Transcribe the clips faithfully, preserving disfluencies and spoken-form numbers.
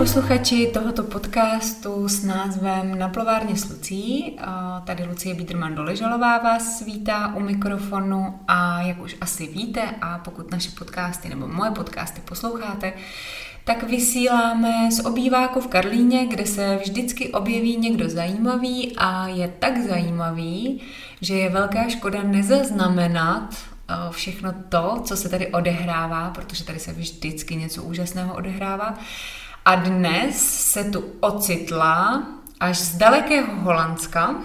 posluchači tohoto podcastu s názvem Na plovárně s Lucí. Tady Lucie Biedermann-Doležalová vás vítá u mikrofonu a jak už asi víte, a pokud naše podcasty nebo moje podcasty posloucháte, tak vysíláme z obýváku v Karlíně, kde se vždycky objeví někdo zajímavý a je tak zajímavý, že je velká škoda nezaznamenat všechno to, co se tady odehrává, protože tady se vždycky něco úžasného odehrává. A dnes se tu ocitla až z dalekého Holandska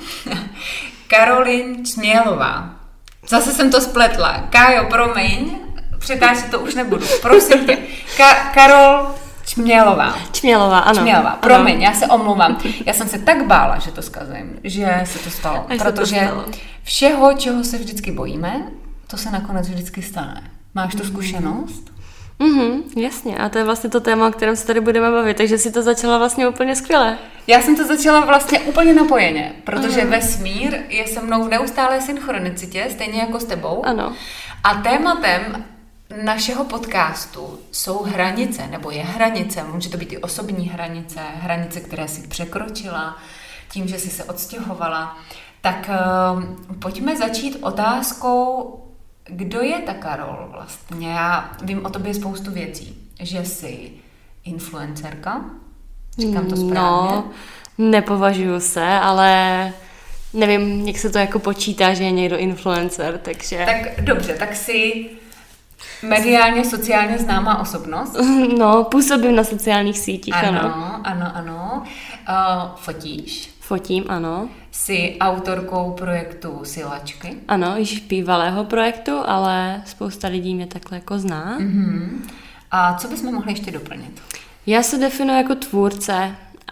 Karolín Čmělová. Zase jsem to spletla. Kájo, promiň, přetáčet to už nebudu. Prosím tě. Ka- Karol Čmělová. Čmělová, ano. Čmělová, promiň, ano. Já se omlouvám. Já jsem se tak bála, že to zkazím, že se to stalo. Až protože se to stalo. Všeho, čeho se vždycky bojíme, to se nakonec vždycky stane. Máš tu zkušenost? Mhm, jasně. A to je vlastně to téma, o kterém se tady budeme bavit, takže si to začala vlastně úplně skvěle. Já jsem to začala vlastně úplně napojeně, protože uh-huh. vesmír je se mnou v neustálé synchronicitě, stejně jako s tebou. Ano. A tématem našeho podcastu jsou hranice, nebo je hranice, může to být i osobní hranice, hranice, které si překročila tím, že jsi se odstěhovala. Tak uh, pojďme začít otázkou, kdo je ta Karol vlastně? Já vím o tobě spoustu věcí, že jsi influencerka, říkám to správně? No, nepovažuji se, ale nevím, jak se to jako počítá, že je někdo influencer, takže... Tak dobře, tak jsi mediálně, sociálně známá osobnost? No, působím na sociálních sítích, ano. Ano, ano, ano. Uh, fotíš? Fotím, ano. Jsi autorkou projektu Silačky? Ano, již bývalého projektu, ale spousta lidí mě takhle jako zná. Uh-huh. A co bychom mohli ještě doplnit? Já se definuji jako tvůrce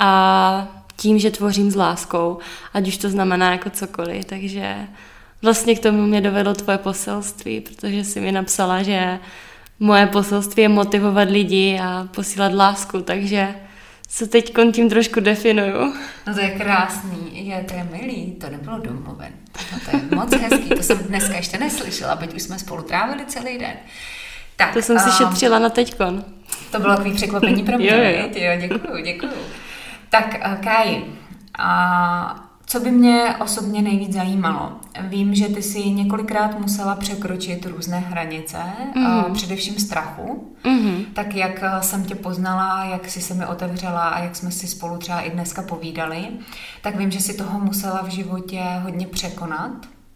a tím, že tvořím s láskou, ať už to znamená jako cokoliv, takže vlastně k tomu mě dovedlo tvoje poselství, protože jsi mi napsala, že moje poselství je motivovat lidi a posílat lásku, takže se teď tím trošku definuju. No to je krásný, je, to je milý, to nebylo domluven. No to je moc hezký, to jsem dneska ještě neslyšela, byť už jsme spolu trávili celý den. Tak, to jsem si um, šetřila na teďkon. To bylo takový překvapení pro mě, jo, jo. jo, děkuju, děkuju. Tak Káji, a co by mě osobně nejvíc zajímalo? Vím, že ty si několikrát musela překročit různé hranice, mm-hmm. především strachu. Mm-hmm. Tak jak jsem tě poznala, jak jsi se mi otevřela a jak jsme si spolu třeba i dneska povídali, tak vím, že si toho musela v životě hodně překonat.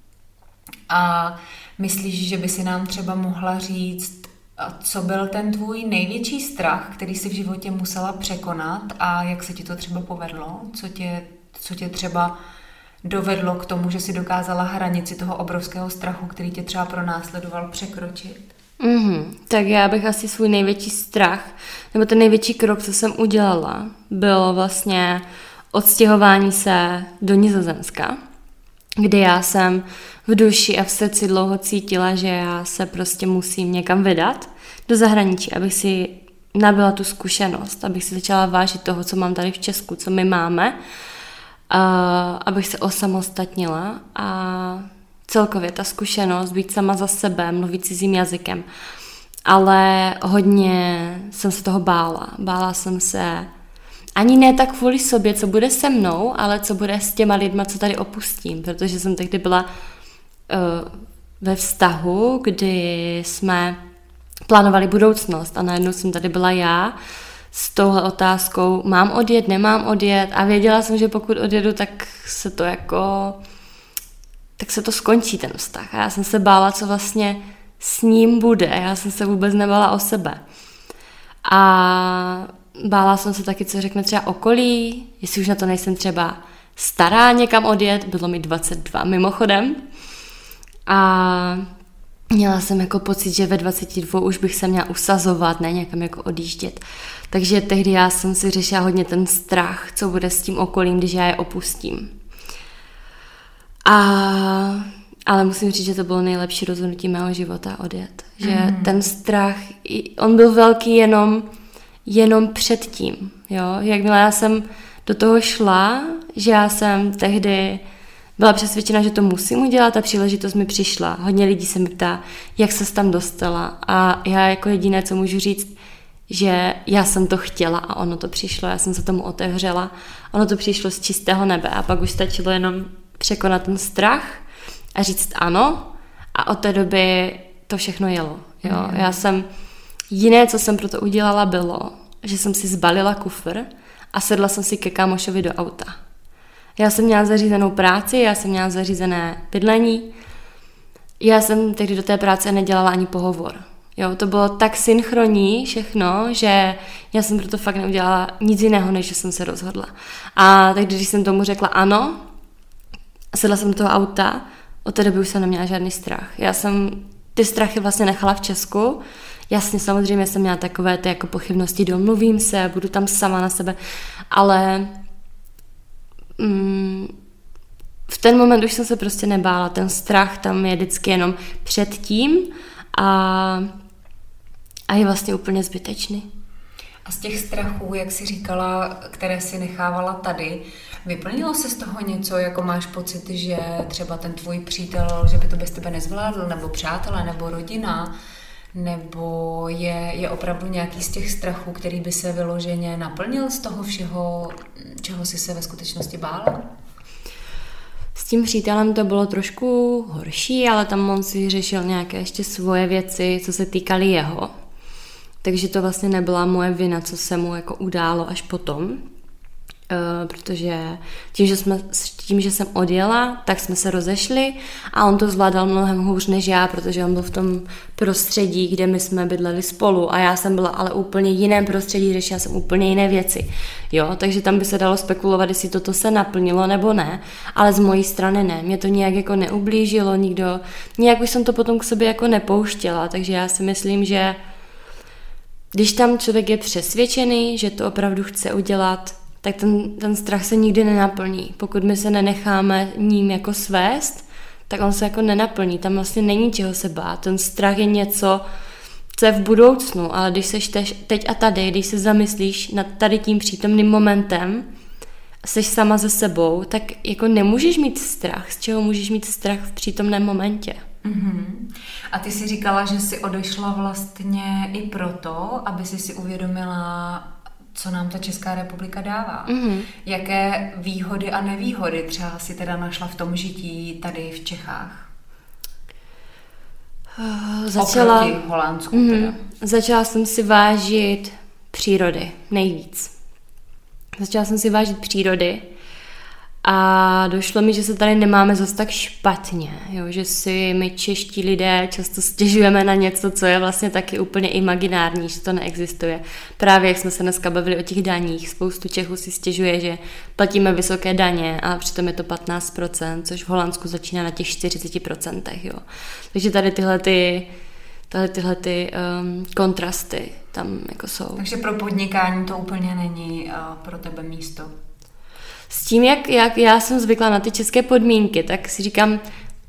A myslíš, že by si nám třeba mohla říct, co byl ten tvůj největší strach, který jsi v životě musela překonat a jak se ti to třeba povedlo? Co tě co tě třeba dovedlo k tomu, že jsi dokázala hranici toho obrovského strachu, který tě třeba pronásledoval, překročit? Mm-hmm. Tak já bych asi svůj největší strach, nebo ten největší krok, co jsem udělala, bylo vlastně odstěhování se do Nizozemska, kde já jsem v duši a v srdci dlouho cítila, že já se prostě musím někam vydat do zahraničí, abych si nabyla tu zkušenost, abych si začala vážit toho, co mám tady v Česku, co my máme, Uh, abych se osamostatnila a celkově ta zkušenost být sama za sebe, mluvit cizím jazykem. Ale hodně jsem se toho bála. Bála jsem se ani ne tak kvůli sobě, co bude se mnou, ale co bude s těma lidma, co tady opustím, protože jsem tehdy byla uh, ve vztahu, kdy jsme plánovali budoucnost a najednou jsem tady byla já s touhle otázkou, mám odjet, nemám odjet a věděla jsem, že pokud odjedu, tak se to jako, tak se to skončí ten vztah. A já jsem se bála, co vlastně s ním bude. Já jsem se vůbec nebála o sebe. A bála jsem se taky, co řekne třeba okolí, jestli už na to nejsem třeba stará někam odjet, bylo mi dvacet dva mimochodem. A měla jsem jako pocit, že ve dvaceti dvou už bych se měla usazovat, ne někam jako odjíždět. Takže tehdy já jsem si řešila hodně ten strach, co bude s tím okolím, když já je opustím. A, ale musím říct, že to bylo nejlepší rozhodnutí mého života odjet. Že mm. ten strach, on byl velký jenom, jenom předtím. Jo? Jakmile já jsem do toho šla, že já jsem tehdy byla přesvědčena, že to musím udělat a příležitost mi přišla. Hodně lidí se mi ptá, jak ses tam dostala. A já jako jediné, co můžu říct, že já jsem to chtěla a ono to přišlo, já jsem se tomu otevřela, ono to přišlo z čistého nebe a pak už stačilo jenom překonat ten strach a říct ano a od té doby to všechno jelo. Jo. Mm. Já jsem, jiné, co jsem pro to udělala, bylo, že jsem si zbalila kufr a sedla jsem si ke kámošovi do auta. Já jsem měla zařízenou práci, já jsem měla zařízené bydlení, já jsem tehdy do té práce nedělala ani pohovor. Jo, to bylo tak synchronní všechno, že já jsem proto fakt neudělala nic jiného, než že jsem se rozhodla. A tak když jsem tomu řekla ano, sedla jsem do toho auta, od té doby už jsem neměla žádný strach. Já jsem ty strachy vlastně nechala v Česku. Jasně, samozřejmě jsem měla takové ty jako pochybnosti, domluvím se, budu tam sama na sebe, ale mm, v ten moment už jsem se prostě nebála. Ten strach tam je vždycky jenom před tím a, a je vlastně úplně zbytečný. A z těch strachů, jak jsi říkala, které si nechávala tady, vyplnilo se z toho něco, jako máš pocit, že třeba ten tvůj přítel, že by to bez tebe nezvládl, nebo přátelé, nebo rodina, nebo je, je opravdu nějaký z těch strachů, který by se vyloženě naplnil z toho všeho, čeho jsi se ve skutečnosti bála? S tím přítelem to bylo trošku horší, ale tam on si řešil nějaké ještě svoje věci, co se týkaly jeho. Takže to vlastně nebyla moje vina, co se mu jako událo až potom. Uh, protože tím že, jsme, tím, že jsem odjela, tak jsme se rozešli a on to zvládal mnohem hůř než já, protože on byl v tom prostředí, kde my jsme bydleli spolu a já jsem byla ale úplně jiném prostředí, řešila jsem úplně jiné věci. Jo, takže tam by se dalo spekulovat, jestli toto se naplnilo nebo ne, ale z mojí strany ne. Mě to nějak jako neublížilo, nikdo, nějak už jsem to potom k sobě jako nepouštěla, takže já si myslím, že když tam člověk je přesvědčený, že to opravdu chce udělat, tak ten, ten strach se nikdy nenaplní. Pokud my se nenecháme ním jako svést, tak on se jako nenaplní. Tam vlastně není čeho se bát. Ten strach je něco, co je v budoucnu, ale když seš teď a tady, když se zamyslíš nad tady tím přítomným momentem, seš sama ze sebou, tak jako nemůžeš mít strach. Z čeho můžeš mít strach v přítomném momentě? Mm-hmm. A ty jsi říkala, že jsi odešla vlastně i proto, aby jsi si uvědomila, co nám ta Česká republika dává. Mm-hmm. Jaké výhody a nevýhody třeba si teda našla v tom žití tady v Čechách? Uh, začala, Oproti Holandsku mm, teda. Začala jsem si vážit přírody nejvíc. Začala jsem si vážit přírody a došlo mi, že se tady nemáme zas tak špatně, jo? Že si my čeští lidé často stěžujeme na něco, co je vlastně taky úplně imaginární, že to neexistuje. Právě jak jsme se dneska bavili o těch daních, spoustu Čechů si stěžuje, že platíme vysoké daně a přitom je to patnáct procent, což v Holandsku začíná na těch čtyřicet procent. Jo? Takže tady tyhle ty, tady tyhle ty um, kontrasty tam jako jsou. Takže pro podnikání to úplně není uh, pro tebe místo. S tím, jak, jak já jsem zvykla na ty české podmínky, tak si říkám,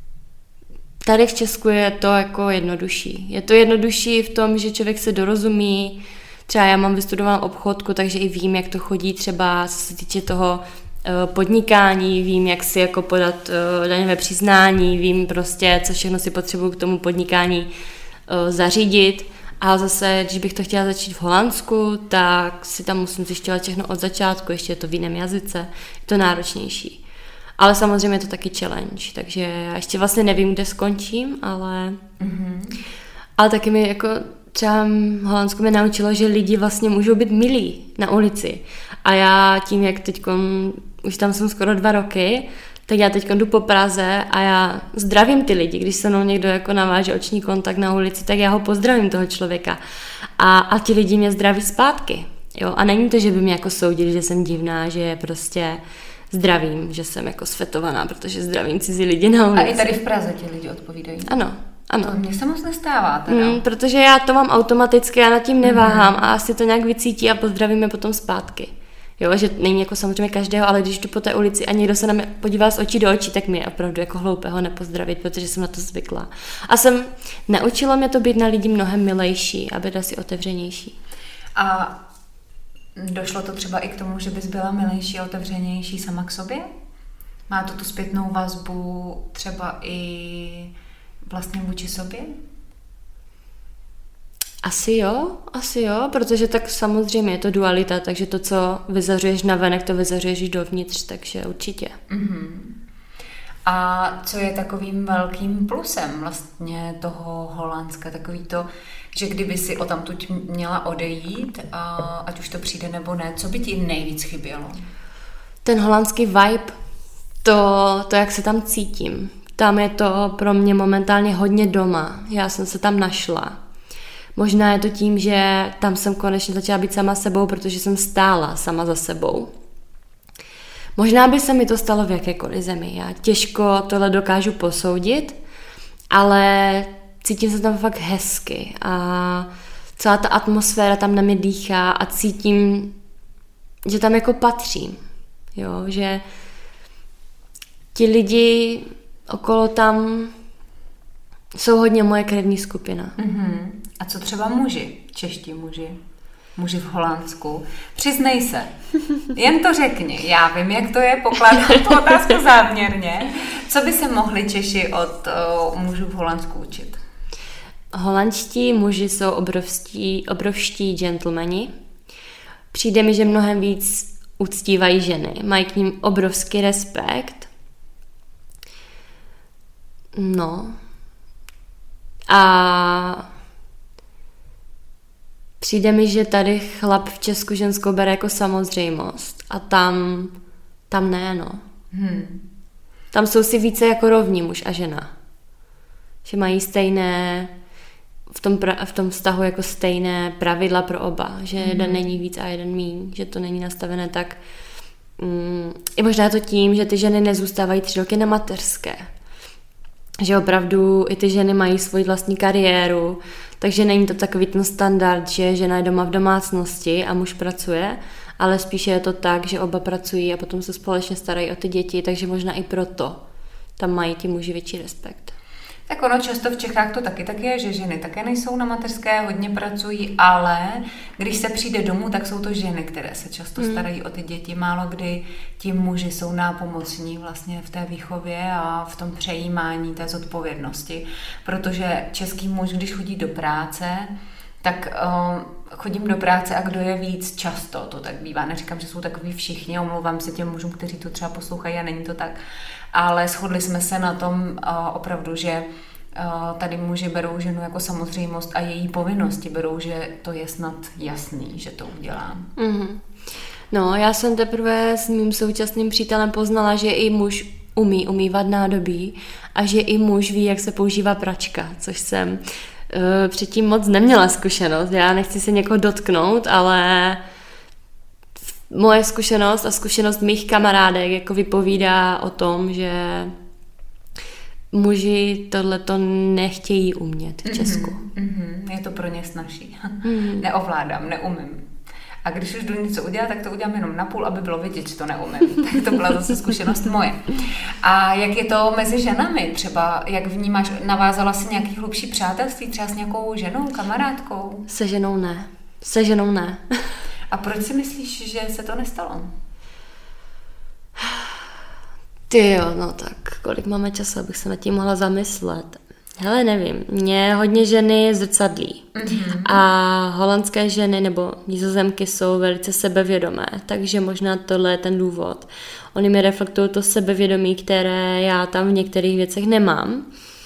tady v Česku je to jako jednodušší. Je to jednodušší v tom, že člověk se dorozumí, třeba já mám vystudovanou obchodku, takže i vím, jak to chodí třeba, co se týče toho podnikání, vím, jak si jako podat daňové přiznání, vím prostě, co všechno si potřebuju k tomu podnikání zařídit. A zase, když bych to chtěla začít v Holandsku, tak si tam musím zjišťovat všechno od začátku, ještě je to v jiném jazyce, je to náročnější. Ale samozřejmě je to taky challenge, takže já ještě vlastně nevím, kde skončím, ale, mm-hmm. ale taky mi jako třeba v Holandsku mě naučilo, že lidi vlastně můžou být milí na ulici. A já tím, jak teď už tam jsem skoro dva roky, tak já teď jdu po Praze a já zdravím ty lidi. Když se mnou někdo jako naváže oční kontakt na ulici, tak já ho pozdravím, toho člověka. A, a ti lidi mě zdraví zpátky. Jo? A není to, že by mě jako soudili, že jsem divná, že prostě zdravím, že jsem jako svetovaná, protože zdravím cizí lidi na ulici. A i tady v Praze ti lidi odpovídají. Ano. Ano. To mně se moc nestává teda. Mm, protože já to mám automaticky, já nad tím neváhám mm. a asi to nějak vycítí a pozdravíme potom zpátky. Jo, že není jako samozřejmě každého, ale když jdu po té ulici a někdo se na mě podívá z očí do očí, tak mi je opravdu jako hloupé ho nepozdravit, protože jsem na to zvykla. A jsem, naučilo mě to být na lidi mnohem milejší a být asi otevřenější. A došlo to třeba i k tomu, že bys byla milejší a otevřenější sama k sobě? Má to tu zpětnou vazbu třeba i vlastně vůči sobě? Asi jo, asi jo, protože tak samozřejmě je to dualita, takže to, co vyzařuješ navenek, to vyzařuješ dovnitř, takže určitě. Mm-hmm. A co je takovým velkým plusem vlastně toho Holandska, takový to, že kdyby si o tamtud měla odejít, a ať už to přijde nebo ne, co by ti nejvíc chybělo? Ten holandský vibe, to, to, jak se tam cítím. Tam je to pro mě momentálně hodně doma. Já jsem se tam našla. Možná je to tím, že tam jsem konečně začala být sama sebou, protože jsem stála sama za sebou. Možná by se mi to stalo v jakékoliv zemi. Já těžko tohle dokážu posoudit, ale cítím se tam fakt hezky a celá ta atmosféra tam na mě dýchá a cítím, že tam jako patřím. Jo, že ti lidi okolo tam jsou hodně moje krevní skupina. Mm-hmm. A co třeba muži, čeští muži? Muži v Holandsku. Přiznej se. Jen to řekni. Já vím, jak to je, pokládám tu otázku záměrně. Co by se mohli Češi od uh, mužů v Holandsku učit? Holandští muži jsou obrovští, obrovští gentlemani. Přijde mi, že mnohem víc uctívají ženy. Mají k ním obrovský respekt. No. A přijde mi, že tady chlap v Česku ženskou bere jako samozřejmost. A tam, tam ne, no. Hmm. Tam jsou si více jako rovní muž a žena. Že mají stejné, v tom, pra, v tom vztahu jako stejné pravidla pro oba. Že hmm. jeden není víc a jeden míň. Že to není nastavené tak. Mm, I možná to tím, že ty ženy nezůstávají tři roky na mateřské. Že opravdu i ty ženy mají svoji vlastní kariéru, takže není to takový ten standard, že žena je doma v domácnosti a muž pracuje, ale spíše je to tak, že oba pracují a potom se společně starají o ty děti, takže možná i proto tam mají ti muži větší respekt. Tak ono často v Čechách to taky tak je, že ženy také nejsou na mateřské, hodně pracují, ale když se přijde domů, tak jsou to ženy, které se často starají o ty děti. Málo kdy ti muži jsou nápomocní vlastně v té výchově a v tom přejímání té zodpovědnosti, protože český muž, když chodí do práce, tak uh, chodím do práce a kdo je víc často, to tak bývá. Neříkám, že jsou takový všichni, omlouvám se těm mužům, kteří to třeba poslouchají a není to tak, ale shodli jsme se na tom uh, opravdu, že uh, tady muži berou ženu jako samozřejmost a její povinnosti berou, že to je snad jasný, že to udělám. Mm-hmm. No, já jsem teprve s mým současným přítelem poznala, že i muž umí umývat nádobí a že i muž ví, jak se používá pračka, což jsem předtím moc neměla zkušenost. Já nechci se někoho dotknout, ale moje zkušenost a zkušenost mých kamarádek jako vypovídá o tom, že muži tohleto nechtějí umět v Česku. Mm-hmm, mm-hmm, je to pro ně snazší. Mm-hmm. Neovládám, neumím. A když už jdu něco udělat, tak to udělám jenom napůl, aby bylo vidět, že to neumím. Tak to byla zase zkušenost moje. A jak je to mezi ženami? Třeba jak vnímáš, navázala jsi nějaký hlubší přátelství třeba s nějakou ženou, kamarádkou? Se ženou ne. Se ženou ne. A proč si myslíš, že se to nestalo? Ty jo, no tak kolik máme času, abych se nad tím mohla zamyslet. Hele, nevím, mě hodně ženy zrcadlí mm-hmm. a holandské ženy nebo nizozemky jsou velice sebevědomé, takže možná tohle je ten důvod. Oni mi reflektují to sebevědomí, které já tam v některých věcech nemám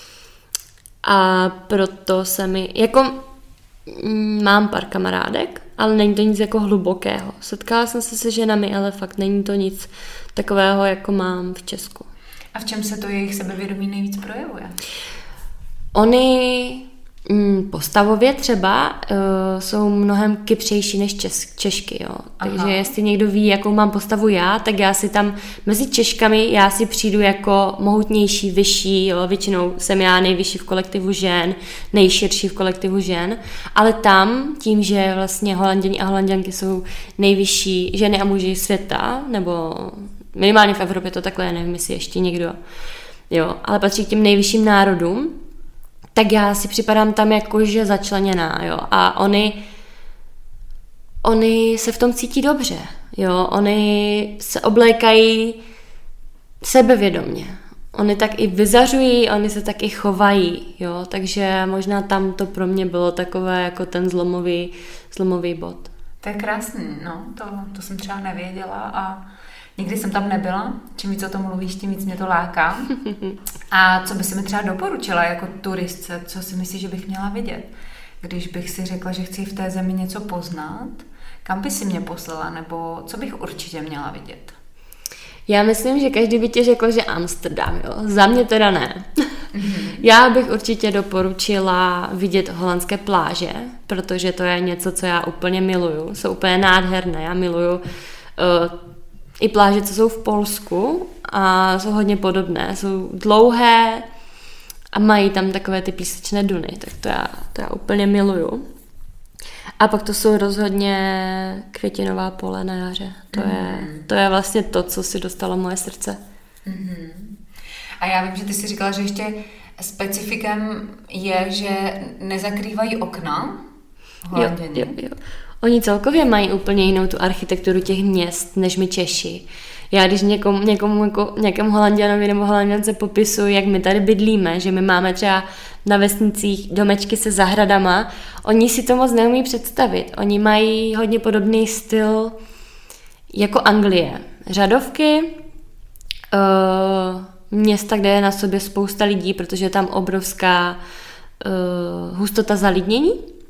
a proto se mi, jako mm, mám pár kamarádek, ale není to nic jako hlubokého. Setkala jsem se se ženami, ale fakt není to nic takového, jako mám v Česku. A v čem se to jejich sebevědomí nejvíc projevuje? Oni mm, postavově třeba uh, jsou mnohem kypřejší než čes, Češky, jo. Takže Aha. jestli někdo ví, jakou mám postavu já, tak já si tam mezi Češkami, já si přijdu jako mohutnější, vyšší, jo. Většinou jsem já nejvyšší v kolektivu žen, nejširší v kolektivu žen, ale tam tím, že vlastně Holanděni a Holanďanky jsou nejvyšší ženy a muži světa, nebo minimálně v Evropě to takhle, nevím, jestli ještě někdo, jo, ale patří k těm nejvyšším národům, tak já si připadám tam jakože začleněná, jo, a oni, oni se v tom cítí dobře, jo, oni se oblékají sebevědomě, oni tak i vyzařují, oni se tak i chovají, jo, takže možná tam to pro mě bylo takové jako ten zlomový, zlomový bod. To je krásný, no, to, to jsem třeba nevěděla a nikdy jsem tam nebyla, čím víc o tom mluvíš, tím víc mě to láká. A co by si mi třeba doporučila jako turistce, co si myslíš, že bych měla vidět? Když bych si řekla, že chci v té zemi něco poznat, kam by si mě poslala, nebo co bych určitě měla vidět? Já myslím, že každý by ti řekl, že Amsterdam, jo. Za mě teda ne. Mm-hmm. Já bych určitě doporučila vidět holandské pláže, protože to je něco, co já úplně miluju. Jsou úplně nádherné, já miluju uh, i pláže, co jsou v Polsku a jsou hodně podobné. Jsou dlouhé a mají tam takové ty písečné duny, tak to já, to já úplně miluju. A pak to jsou rozhodně květinová pole na jaře. To, mm. je, to je vlastně to, co si dostalo moje srdce. Mm-hmm. A já vím, že ty jsi říkala, že ještě specifikem je, že nezakrývají okna. Jo, jo, jo. Oni celkově mají úplně jinou tu architekturu těch měst, než my Češi. Já když někomu, někomu jako, někomu Holanděnovi nebo Holanděnce popisuju, jak my tady bydlíme, že my máme třeba na vesnicích domečky se zahradama, oni si to moc neumí představit. Oni mají hodně podobný styl jako Anglie. Řadovky, uh, města, kde je na sobě spousta lidí, protože je tam obrovská uh, hustota zalidnění.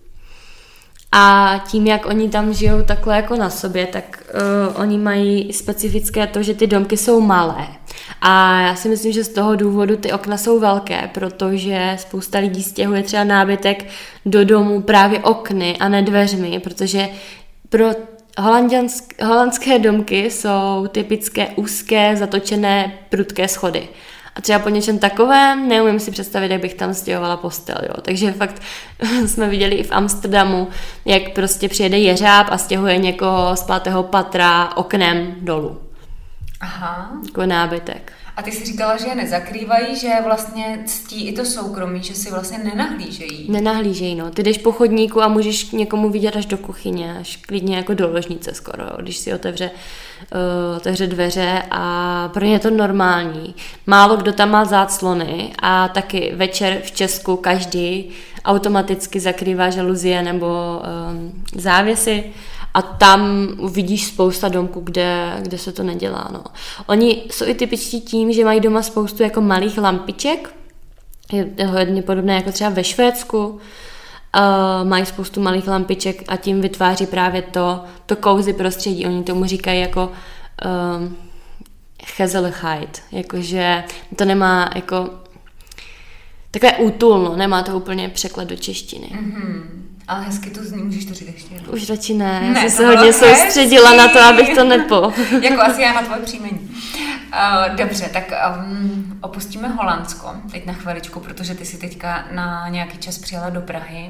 A tím, jak oni tam žijou takhle jako na sobě, tak uh, oni mají specifické to, že ty domky jsou malé. A já si myslím, že z toho důvodu ty okna jsou velké, protože spousta lidí stěhuje třeba nábytek do domu právě okny a ne dveřmi, protože pro holandské domky jsou typické úzké, zatočené, prudké schody. A třeba po něčem takovém neumím si představit, jak bych tam stěhovala postel, jo. Takže fakt jsme viděli i v Amsterdamu, jak prostě přijede jeřáb a stěhuje někoho z pátého patra oknem dolů. Aha. Jako nábytek. A ty jsi říkala, že je nezakrývají, že vlastně ctí i to soukromí, že si vlastně nenahlížejí. Nenahlížejí, no. Ty jdeš po chodníku a můžeš někomu vidět až do kuchyně, až klidně jako do ložnice skoro, jo, když si otevře, uh, otevře dveře a pro ně je to normální. Málo kdo tam má záclony a taky večer v Česku každý automaticky zakrývá žaluzie nebo um, závěsy. A tam uvidíš spousta domků, kde, kde se to nedělá. No. Oni jsou i typičtí tím, že mají doma spoustu jako malých lampiček. Je hodně podobné jako třeba ve Švédsku. Uh, mají spoustu malých lampiček a tím vytváří právě to, to cozy prostředí. Oni tomu říkají jako uh, Gezelligheid. Jakože to nemá jako takové útulno, nemá to úplně překlad do češtiny. Mm-hmm. Ale hezky to zní, můžeš to říct ještě jednou. Už radši ne, já ne, jsem se hodně hezký. soustředila na to, abych to nepo. Jako asi já na tvoje příjmení. Uh, dobře, tak um, opustíme Holandsko teď na chviličku, protože ty jsi teďka na nějaký čas přijela do Prahy.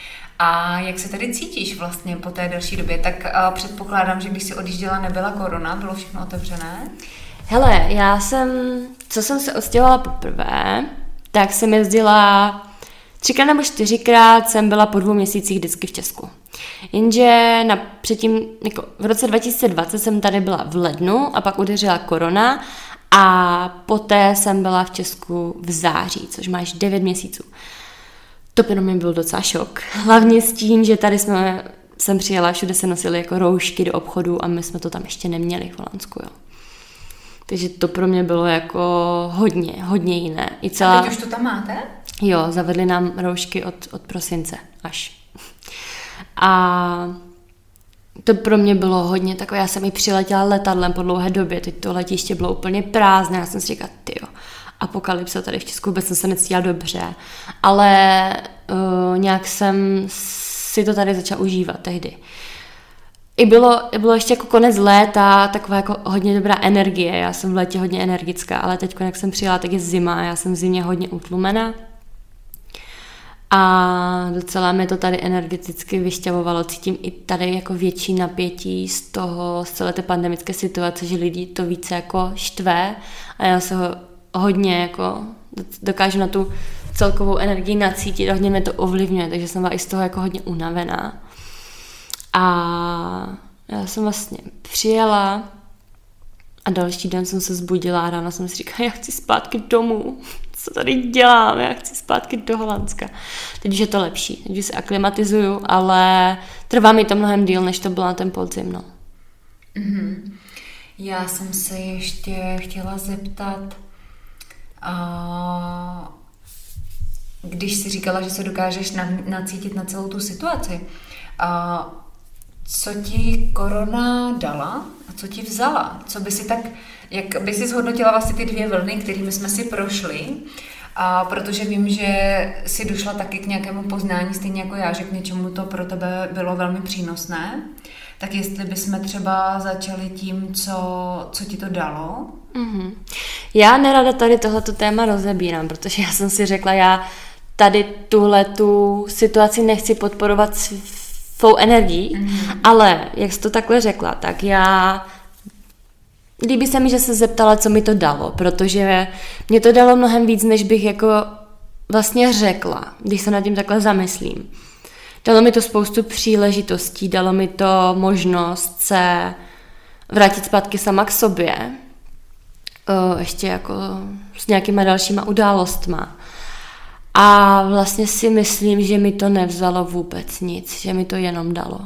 A jak se tady cítíš vlastně po té delší době? Tak uh, předpokládám, že když jsi odjížděla, nebyla korona, bylo všechno otevřené? Hele, já jsem, co jsem se odstěhovala poprvé, tak jsem jezdila třikrát nebo čtyřikrát jsem byla po dvou měsících vždycky v Česku. Jenže na, předtím, jako v roce dva tisíce dvacet jsem tady byla v lednu a pak udeřila korona a poté jsem byla v Česku v září, což máš devět měsíců. To pro mě byl docela šok. Hlavně s tím, že tady jsme, jsem přijela, všude se nosily jako roušky do obchodu a my jsme to tam ještě neměli v Holandsku, jo. Takže to pro mě bylo jako hodně, hodně jiné. I celá... A teď už to tam máte? Jo, zavedli nám roušky od, od prosince až. A to pro mě bylo hodně takové, já jsem i přiletěla letadlem po dlouhé době, teď to letiště bylo úplně prázdné, já jsem si říkala, tyjo, apokalypsa tady v Česku, vůbec jsem se necítila dobře, ale uh, nějak jsem si to tady začala užívat tehdy. I bylo, bylo ještě jako konec léta, taková jako hodně dobrá energie, já jsem v létě hodně energická, ale teď, jak jsem přijela, tak je zima, já jsem v zimě hodně utlumená. A docela mě to tady energeticky vyšťavovalo. Cítím i tady jako větší napětí z toho, z celé té pandemické situace, že lidi to více jako štve a já se ho hodně jako dokážu na tu celkovou energii nacítit, hodně mě to ovlivňuje, takže jsem byla i z toho jako hodně unavená. A já jsem vlastně přijela A další den jsem se zbudila a ráno jsem si říkala, já chci zpátky domů, co tady dělám, já chci zpátky do Holandska. Teď už je to lepší, teď už se aklimatizuju, ale trvá mi to mnohem díl, než to bylo na ten podzim, no. Mm-hmm. Já jsem se ještě chtěla zeptat, a když jsi říkala, že se dokážeš nacítit na celou tu situaci, a co ti korona dala a co ti vzala? Co by si tak, jak by si zhodnotila vlastně ty dvě vlny, kterými jsme si prošli? A protože vím, že jsi došla taky k nějakému poznání, stejně jako já, že k něčemu to pro tebe bylo velmi přínosné, tak jestli bychom třeba začali tím, co, co ti to dalo? Mm-hmm. Já nerada tady tohleto téma rozebírám, protože já jsem si řekla, já tady tuhletu situaci nechci podporovat svou energií, mm-hmm. ale jak jsi to takhle řekla, tak já líbí se mi, že se zeptala, co mi to dalo, protože mě to dalo mnohem víc, než bych jako vlastně řekla, když se nad tím takhle zamyslím. Dalo mi to spoustu příležitostí, dalo mi to možnost se vrátit zpátky sama k sobě, ještě jako s nějakýma dalšíma událostma. A vlastně si myslím, že mi to nevzalo vůbec nic, že mi to jenom dalo.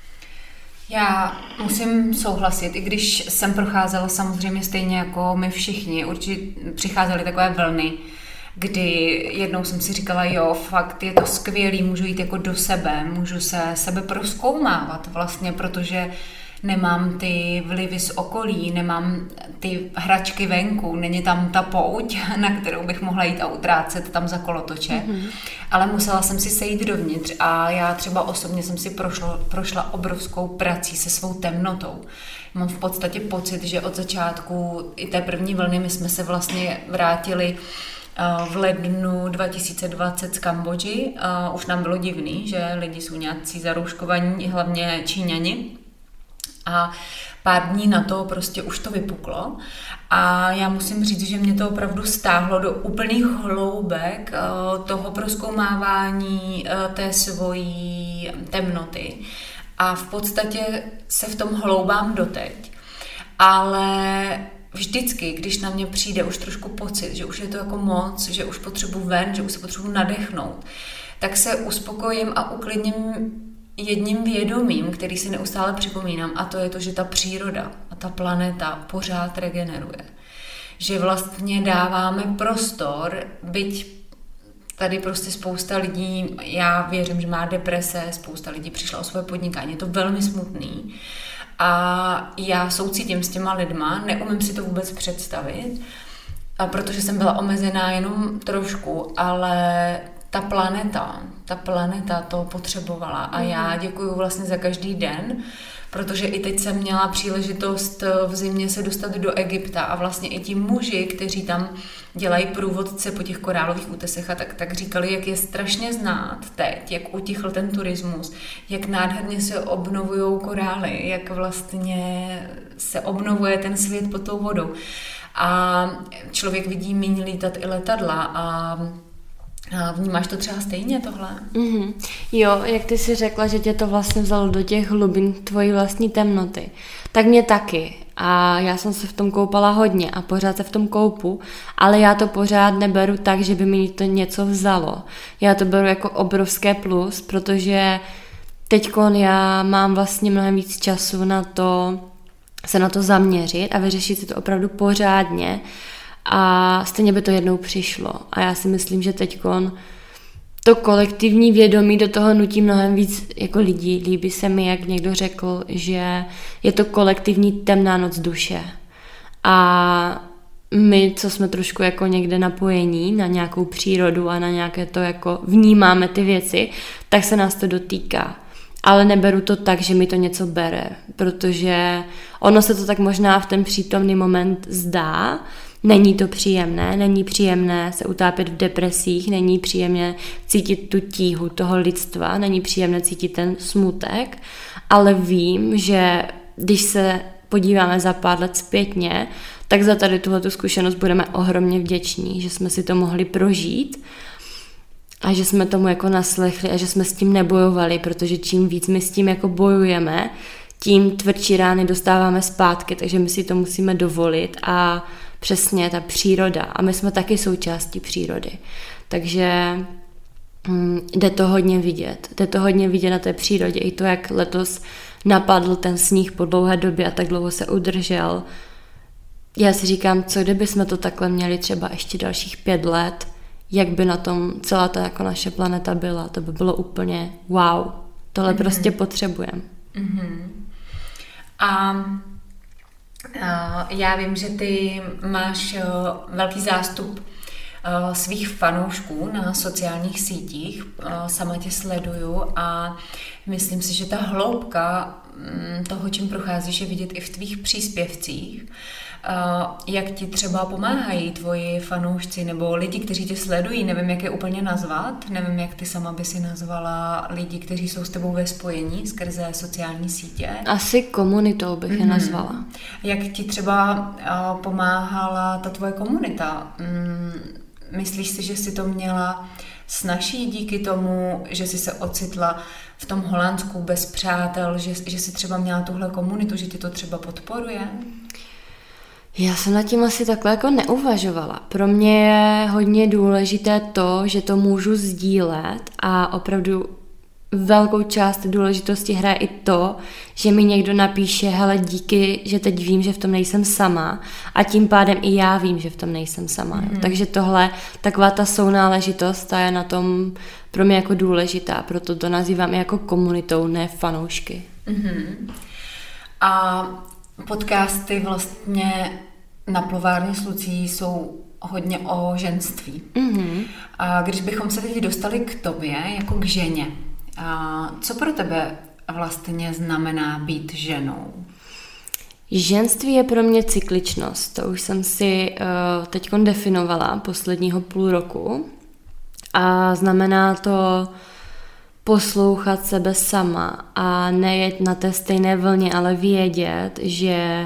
Já musím souhlasit, i když jsem procházela samozřejmě stejně jako my všichni, určitě přicházely takové vlny, kdy jednou jsem si říkala, jo, fakt je to skvělý, můžu jít jako do sebe, můžu se sebe prozkoumávat vlastně, protože nemám ty vlivy z okolí, nemám ty hračky venku, není tam ta pouť, na kterou bych mohla jít a utrácet tam za kolotoče, mm-hmm. ale musela jsem si sejít dovnitř a já třeba osobně jsem si prošlo, prošla obrovskou prací se svou temnotou. Mám v podstatě pocit, že od začátku i té první vlny my jsme se vlastně vrátili v lednu dva tisíce dvacet z Kambodži. Už nám bylo divný, že lidi jsou nějací zarouškovaní, hlavně Číňani. A pár dní na to prostě už to vypuklo a já musím říct, že mě to opravdu stáhlo do úplných hloubek toho prozkoumávání té svojí temnoty a v podstatě se v tom hloubám doteď, ale vždycky, když na mě přijde už trošku pocit, že už je to jako moc, že už potřebuji ven, že už se potřebuji nadechnout, tak se uspokojím a uklidním jedním vědomím, který si neustále připomínám, a to je to, že ta příroda a ta planeta pořád regeneruje. Že vlastně dáváme prostor, byť tady prostě spousta lidí, já věřím, že má deprese, spousta lidí přišla o svoje podnikání, je to velmi smutný. A já soucítím s těma lidma, neumím si to vůbec představit, a protože jsem byla omezená jenom trošku, ale ta planeta, ta planeta to potřebovala a já děkuju vlastně za každý den, protože i teď jsem měla příležitost v zimě se dostat do Egypta a vlastně i ti muži, kteří tam dělají průvodce po těch korálových útesech a tak, tak říkali, jak je strašně znát teď, jak utichl ten turismus, jak nádherně se obnovují korály, jak vlastně se obnovuje ten svět pod tou vodou. A člověk vidí míň lítat i letadla a A vnímáš to třeba stejně tohle? Mm-hmm. Jo, jak ty jsi řekla, že tě to vlastně vzalo do těch hlubin tvojí vlastní temnoty, tak mě taky. A já jsem se v tom koupala hodně a pořád se v tom koupu, ale já to pořád neberu tak, že by mi to něco vzalo. Já to beru jako obrovské plus, protože teďkon já mám vlastně mnohem víc času na to, se na to zaměřit a vyřešit si to opravdu pořádně. A stejně by to jednou přišlo. A já si myslím, že teďkon to kolektivní vědomí do toho nutí mnohem víc jako lidí. Líbí se mi, jak někdo řekl, že je to kolektivní temná noc duše. A my, co jsme trošku jako někde napojení na nějakou přírodu a na nějaké to jako vnímáme ty věci, tak se nás to dotýká. Ale neberu to tak, že mi to něco bere, protože ono se to tak možná v ten přítomný moment zdá. Není to příjemné, není příjemné se utápět v depresích, není příjemné cítit tu tíhu toho lidstva, není příjemné cítit ten smutek, ale vím, že když se podíváme za pár let zpětně, tak za tady tuhletu zkušenost budeme ohromně vděční, že jsme si to mohli prožít a že jsme tomu jako naslechli a že jsme s tím nebojovali, protože čím víc my s tím jako bojujeme, tím tvrdší rány dostáváme zpátky, takže my si to musíme dovolit a přesně ta příroda. A my jsme taky součástí přírody. Takže hm, jde to hodně vidět. Jde to hodně vidět na té přírodě. I to, jak letos napadl ten sníh po dlouhé době a tak dlouho se udržel. Já si říkám, co kdyby jsme to takhle měli třeba ještě dalších pět let, jak by na tom celá ta jako naše planeta byla. To by bylo úplně wow. Tohle mm-hmm. prostě potřebujeme. Mm-hmm. A já vím, že ty máš velký zástup svých fanoušků na sociálních sítích, sama tě sleduju a myslím si, že ta hloubka toho, čím procházíš, je vidět i v tvých příspěvcích. Jak ti třeba pomáhají tvoji fanoušci nebo lidi, kteří tě sledují, nevím, jak je úplně nazvat, nevím, jak ty sama by si nazvala lidi, kteří jsou s tebou ve spojení skrze sociální sítě. Asi komunitou bych je nazvala. Mm. Jak ti třeba pomáhala ta tvoje komunita? Myslíš si, že jsi to měla snazší díky tomu, že jsi se ocitla v tom Holandsku bez přátel, že, že jsi třeba měla tuhle komunitu, že ti to třeba podporuje? Já jsem nad tím asi takhle jako neuvažovala. Pro mě je hodně důležité to, že to můžu sdílet a opravdu velkou část důležitosti hraje i to, že mi někdo napíše, hele díky, že teď vím, že v tom nejsem sama a tím pádem i já vím, že v tom nejsem sama. Mm-hmm. Takže tohle, taková ta sounáležitost, ta je na tom pro mě jako důležitá, proto to nazývám i jako komunitou, ne fanoušky. Mm-hmm. A podcasty vlastně na Plovárně s Lucí jsou hodně o ženství. Mm-hmm. A když bychom se teď dostali k tobě, jako k ženě, a co pro tebe vlastně znamená být ženou? Ženství je pro mě cykličnost. To už jsem si uh, teď definovala posledního půl roku. A znamená to poslouchat sebe sama a nejet na té stejné vlně, ale vědět, že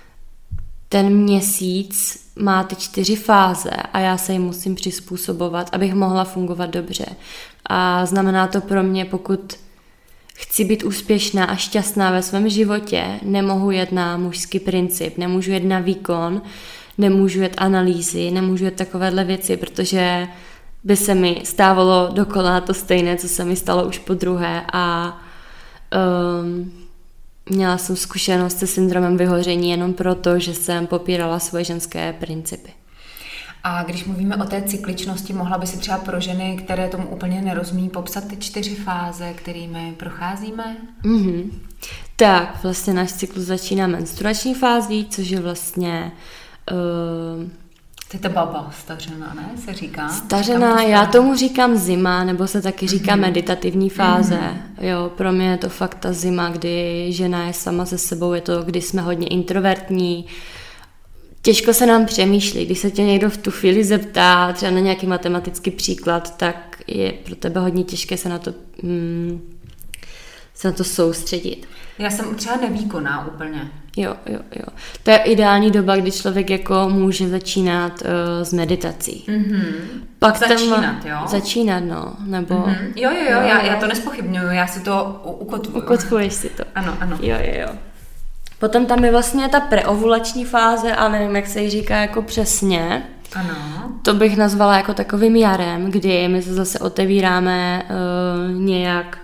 ten měsíc má ty čtyři fáze a já se jim musím přizpůsobovat, abych mohla fungovat dobře. A znamená to pro mě, pokud chci být úspěšná a šťastná ve svém životě, nemohu jet na mužský princip, nemůžu jet na výkon, nemůžu jet analýzy, nemůžu jet takovéhle věci, protože by se mi stávalo dokola to stejné, co se mi stalo už po druhé a um, měla jsem zkušenost se syndromem vyhoření jenom proto, že jsem popírala svoje ženské principy. A když mluvíme o té cykličnosti, mohla by si třeba pro ženy, které tomu úplně nerozumí, popsat ty čtyři fáze, kterými procházíme? Mm-hmm. Tak, vlastně náš cyklus začíná menstruační fází, což je vlastně... Uh, to je ta baba stařená, ne? Se říká? Stařená, to já tomu říkám zima, nebo se taky říká mm-hmm. meditativní fáze. Mm-hmm. Jo, pro mě je to fakt ta zima, kdy žena je sama se sebou, je to, kdy jsme hodně introvertní. Těžko se nám přemýšlí, když se tě někdo v tu chvíli zeptá, třeba na nějaký matematický příklad, tak je pro tebe hodně těžké se na to, mm, se na to soustředit. Já jsem třeba nevýkonná úplně. Jo, jo, jo. To je ideální doba, kdy člověk jako může začínat uh, s meditací. Mm-hmm. Pak začínat, tam, jo? Začínat, no. Nebo... Mm-hmm. Jo, jo, jo, já, já to nespochybnuju, já si to ukotvuju. Ukotvuješ si to. Ano, ano. Jo, jo, jo. Potom tam je vlastně ta preovulační fáze, a nevím, jak se jí říká jako přesně. Ano. To bych nazvala jako takovým jarem, kdy my se zase otevíráme uh, nějak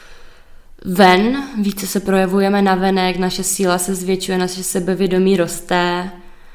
ven, více se projevujeme navenek, naše síla se zvětšuje, naše sebevědomí roste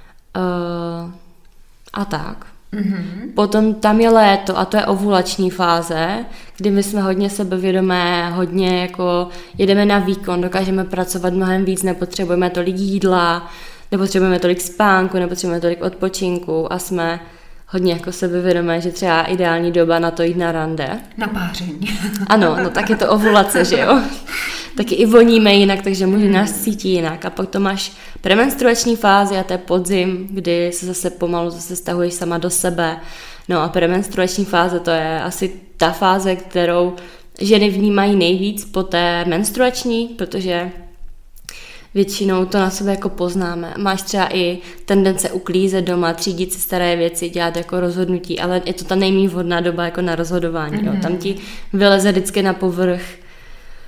uh, a tak. Mm-hmm. Potom tam je léto a to je ovulační fáze, kdy my jsme hodně sebevědomé, hodně jako jedeme na výkon, dokážeme pracovat mnohem víc, nepotřebujeme tolik jídla, nepotřebujeme tolik spánku, nepotřebujeme tolik odpočinku a jsme hodně jako sebevědomé, že třeba ideální doba na to jít na rande. Na páření. Ano, no tak je to ovulace, že jo? Taky i voníme jinak, takže muži nás cítí jinak. A pak to máš premenstruační fázi a to je podzim, kdy se zase pomalu zase stahuješ sama do sebe. No a premenstruační fáze to je asi ta fáze, kterou ženy vnímají nejvíc po té menstruační, protože většinou to na sebe jako poznáme. Máš třeba i tendence uklízet doma, třídit si staré věci, dělat jako rozhodnutí, ale je to ta nejméně vhodná doba jako na rozhodování. Mm-hmm. Jo. Tam ti vyleze vždycky na povrch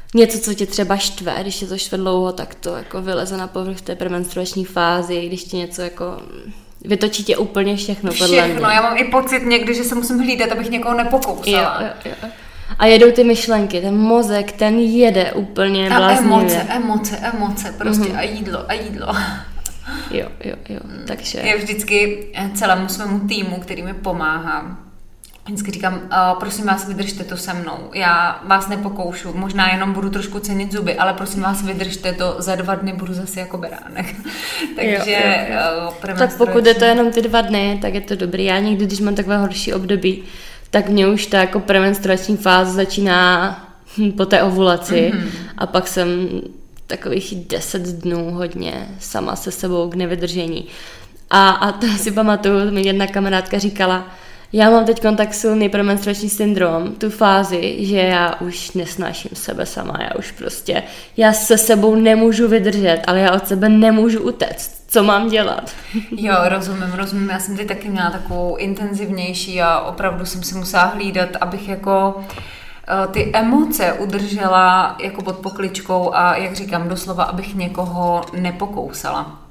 něco, co tě třeba štve, když je to štve dlouho, tak to jako vyleze na povrch v té premenstruační fázi, když ti něco jako vytočí tě úplně všechno. Všechno, já mám i pocit někdy, že se musím hlídat, abych někoho nepokousala. Jo, jo, jo. A jedou ty myšlenky, ten mozek, ten jede úplně bláznivě. A emoce, emoce, emoce, prostě mm-hmm. a jídlo, a jídlo. Jo, jo, jo, takže... Já vždycky celému svému týmu, který mi pomáhá, vždycky říkám, uh, prosím vás, vydržte to se mnou, já vás nepokoušu, možná jenom budu trošku cenit zuby, ale prosím vás, vydržte to, za dva dny budu zase jako beránek. Takže... Jo, jo, jo. Uh, tak pokud je to jenom ty dva dny, tak je to dobrý. Já někdy, když mám takové horší období, tak mě už ta jako premenstruační fáze začíná po té ovulaci mm-hmm. a pak jsem takových deset dnů hodně sama se sebou k nevydržení. A, a to si pamatuju, mi jedna kamarádka říkala, já mám teď tak silný premenstruační syndrom, tu fázi, že já už nesnáším sebe sama, já už prostě, já se sebou nemůžu vydržet, ale já od sebe nemůžu utéct. Co mám dělat? Jo, rozumím, rozumím. Já jsem teď taky měla takovou intenzivnější a opravdu jsem si musela hlídat, abych jako ty emoce udržela jako pod pokličkou a jak říkám, doslova, abych někoho nepokousala.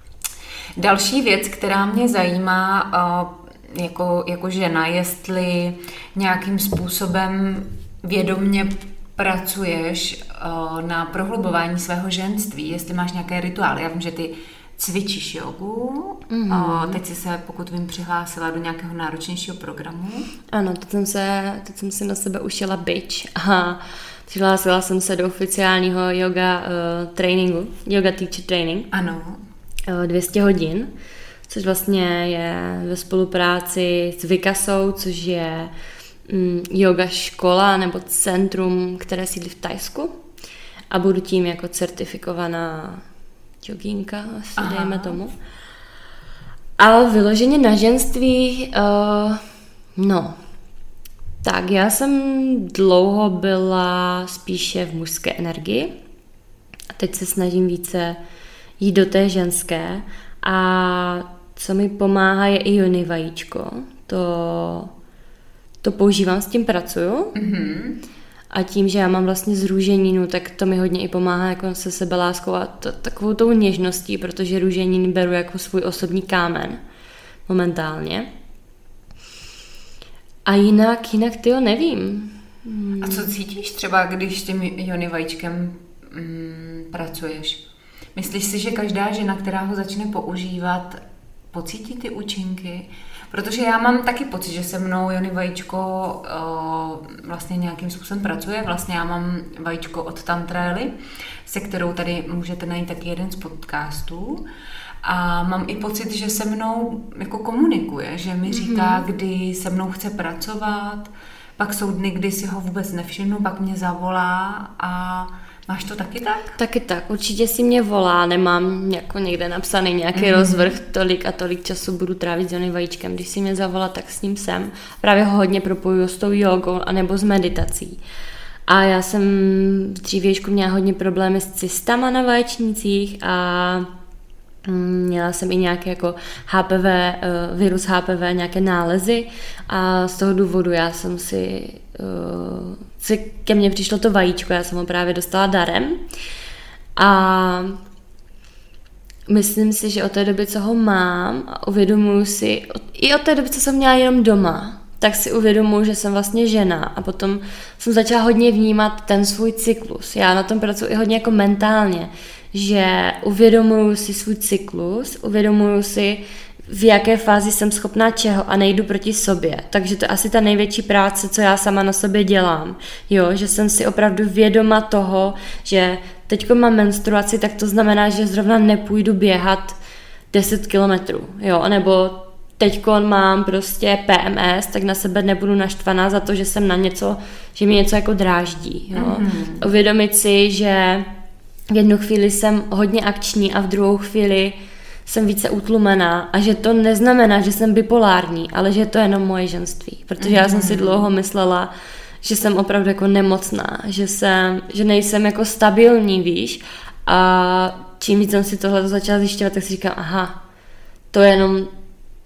Další věc, která mě zajímá jako, jako žena, jestli nějakým způsobem vědomně pracuješ na prohlubování svého ženství, jestli máš nějaké rituály. Já vím, že ty cvičíš jogu, mm-hmm. teď jsi se, pokud vím, přihlásila do nějakého náročnějšího programu. Ano, teď jsem, se, teď jsem si na sebe ušila bič a přihlásila jsem se do oficiálního yoga uh, tréninku, yoga teacher training. Ano. Uh, dvě stě hodin, což vlastně je ve spolupráci s Vikasou, což je um, yoga škola nebo centrum, které sídlí v Thajsku a budu tím jako certifikovaná jogínka, asi Aha. dejme tomu. Ale vyloženě na ženství, uh, no, tak já jsem dlouho byla spíše v mužské energii a teď se snažím více jít do té ženské a co mi pomáhá je i jony vajíčko. To, to používám, s tím pracuju. Mm-hmm. A tím, že já mám vlastně zrůženinu, tak to mi hodně i pomáhá jako se sebeláskou a to, takovou tou něžností, protože růženin beru jako svůj osobní kámen momentálně. A jinak, jinak tyjo, nevím. A co cítíš třeba, když tím jony vajíčkem mm, pracuješ? Myslíš si, že každá žena, která ho začne používat, pocítí ty účinky? Protože já mám taky pocit, že se mnou jony vajíčko uh, vlastně nějakým způsobem pracuje. Vlastně já mám vajíčko od Tantrély, se kterou tady můžete najít taky jeden z podcastů. A mám i pocit, že se mnou jako komunikuje, že mi říká, mm-hmm. kdy se mnou chce pracovat. Pak jsou dny, kdy si ho vůbec nevšimnu, pak mě zavolá a... Máš to taky tak? Taky tak, určitě si mě volá, nemám jako někde napsaný nějaký mm-hmm. rozvrh, tolik a tolik času budu trávit s jony vajíčkem. Když si mě zavolá, tak s ním jsem. Právě ho hodně propojuju s tou jogou anebo s meditací. A já jsem v dřívějšku měla hodně problémy s cystama na vaječnících a měla jsem i nějaké jako H P V, virus H P V, nějaké nálezy a z toho důvodu já jsem si, si ke mně přišlo to vajíčko, já jsem ho právě dostala darem a myslím si, že od té doby, co ho mám a uvědomuji si, i od té doby, co jsem měla jenom doma, tak si uvědomuji, že jsem vlastně žena a potom jsem začala hodně vnímat ten svůj cyklus. Já na tom pracuji i hodně jako mentálně, že uvědomuju si svůj cyklus, uvědomuju si, v jaké fázi jsem schopná čeho a nejdu proti sobě. Takže to je asi ta největší práce, co já sama na sobě dělám. Jo, že jsem si opravdu vědoma toho, že teďko mám menstruaci, tak to znamená, že zrovna nepůjdu běhat deset kilometrů. Jo, nebo teďko mám prostě P M S, tak na sebe nebudu naštvaná za to, že jsem na něco, že mě něco jako dráždí. Jo. Mm-hmm. Uvědomit si, že v jednu chvíli jsem hodně akční a v druhou chvíli jsem více utlumená a že to neznamená, že jsem bipolární, ale že to je jenom moje ženství. Protože mm-hmm. já jsem si dlouho myslela, že jsem opravdu jako nemocná, že, jsem, že nejsem jako stabilní, víš. A čím víc jsem si tohle začala zjišťovat, tak si říkám, aha, to je jenom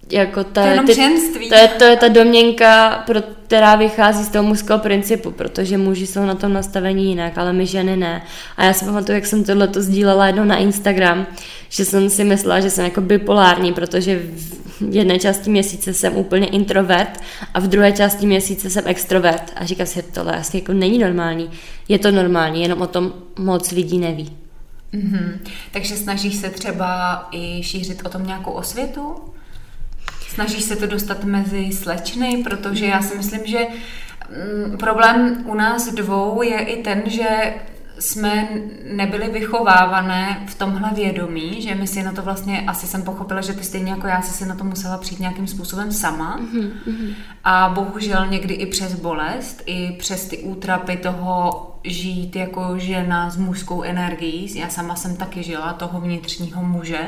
jako ta, to je jenom ty, ženství. To je, to je ta domněnka, pro, která vychází z toho mužského principu, protože muži jsou na tom nastavení jinak, ale my ženy ne. A já si pamatuju, jak jsem tohleto sdílela jednou na Instagram, že jsem si myslela, že jsem jako bipolární, protože v jedné části měsíce jsem úplně introvert a v druhé části měsíce jsem extrovert. A říkám si, tohle asi jako není normální. Je to normální, jenom o tom moc lidí neví. Mm-hmm. Takže snažíš se třeba i šířit o tom nějakou osvětu? Snažíš se to dostat mezi slečny? Protože já si myslím, že mm, problém u nás dvou je i ten, že jsme nebyli vychovávané v tomhle vědomí, že my si na to vlastně, asi jsem pochopila, že ty stejně jako já si na to musela přijít nějakým způsobem sama. Mm-hmm. A bohužel někdy i přes bolest, i přes ty útrapy toho žít jako žena s mužskou energií. Já sama jsem taky žila toho vnitřního muže.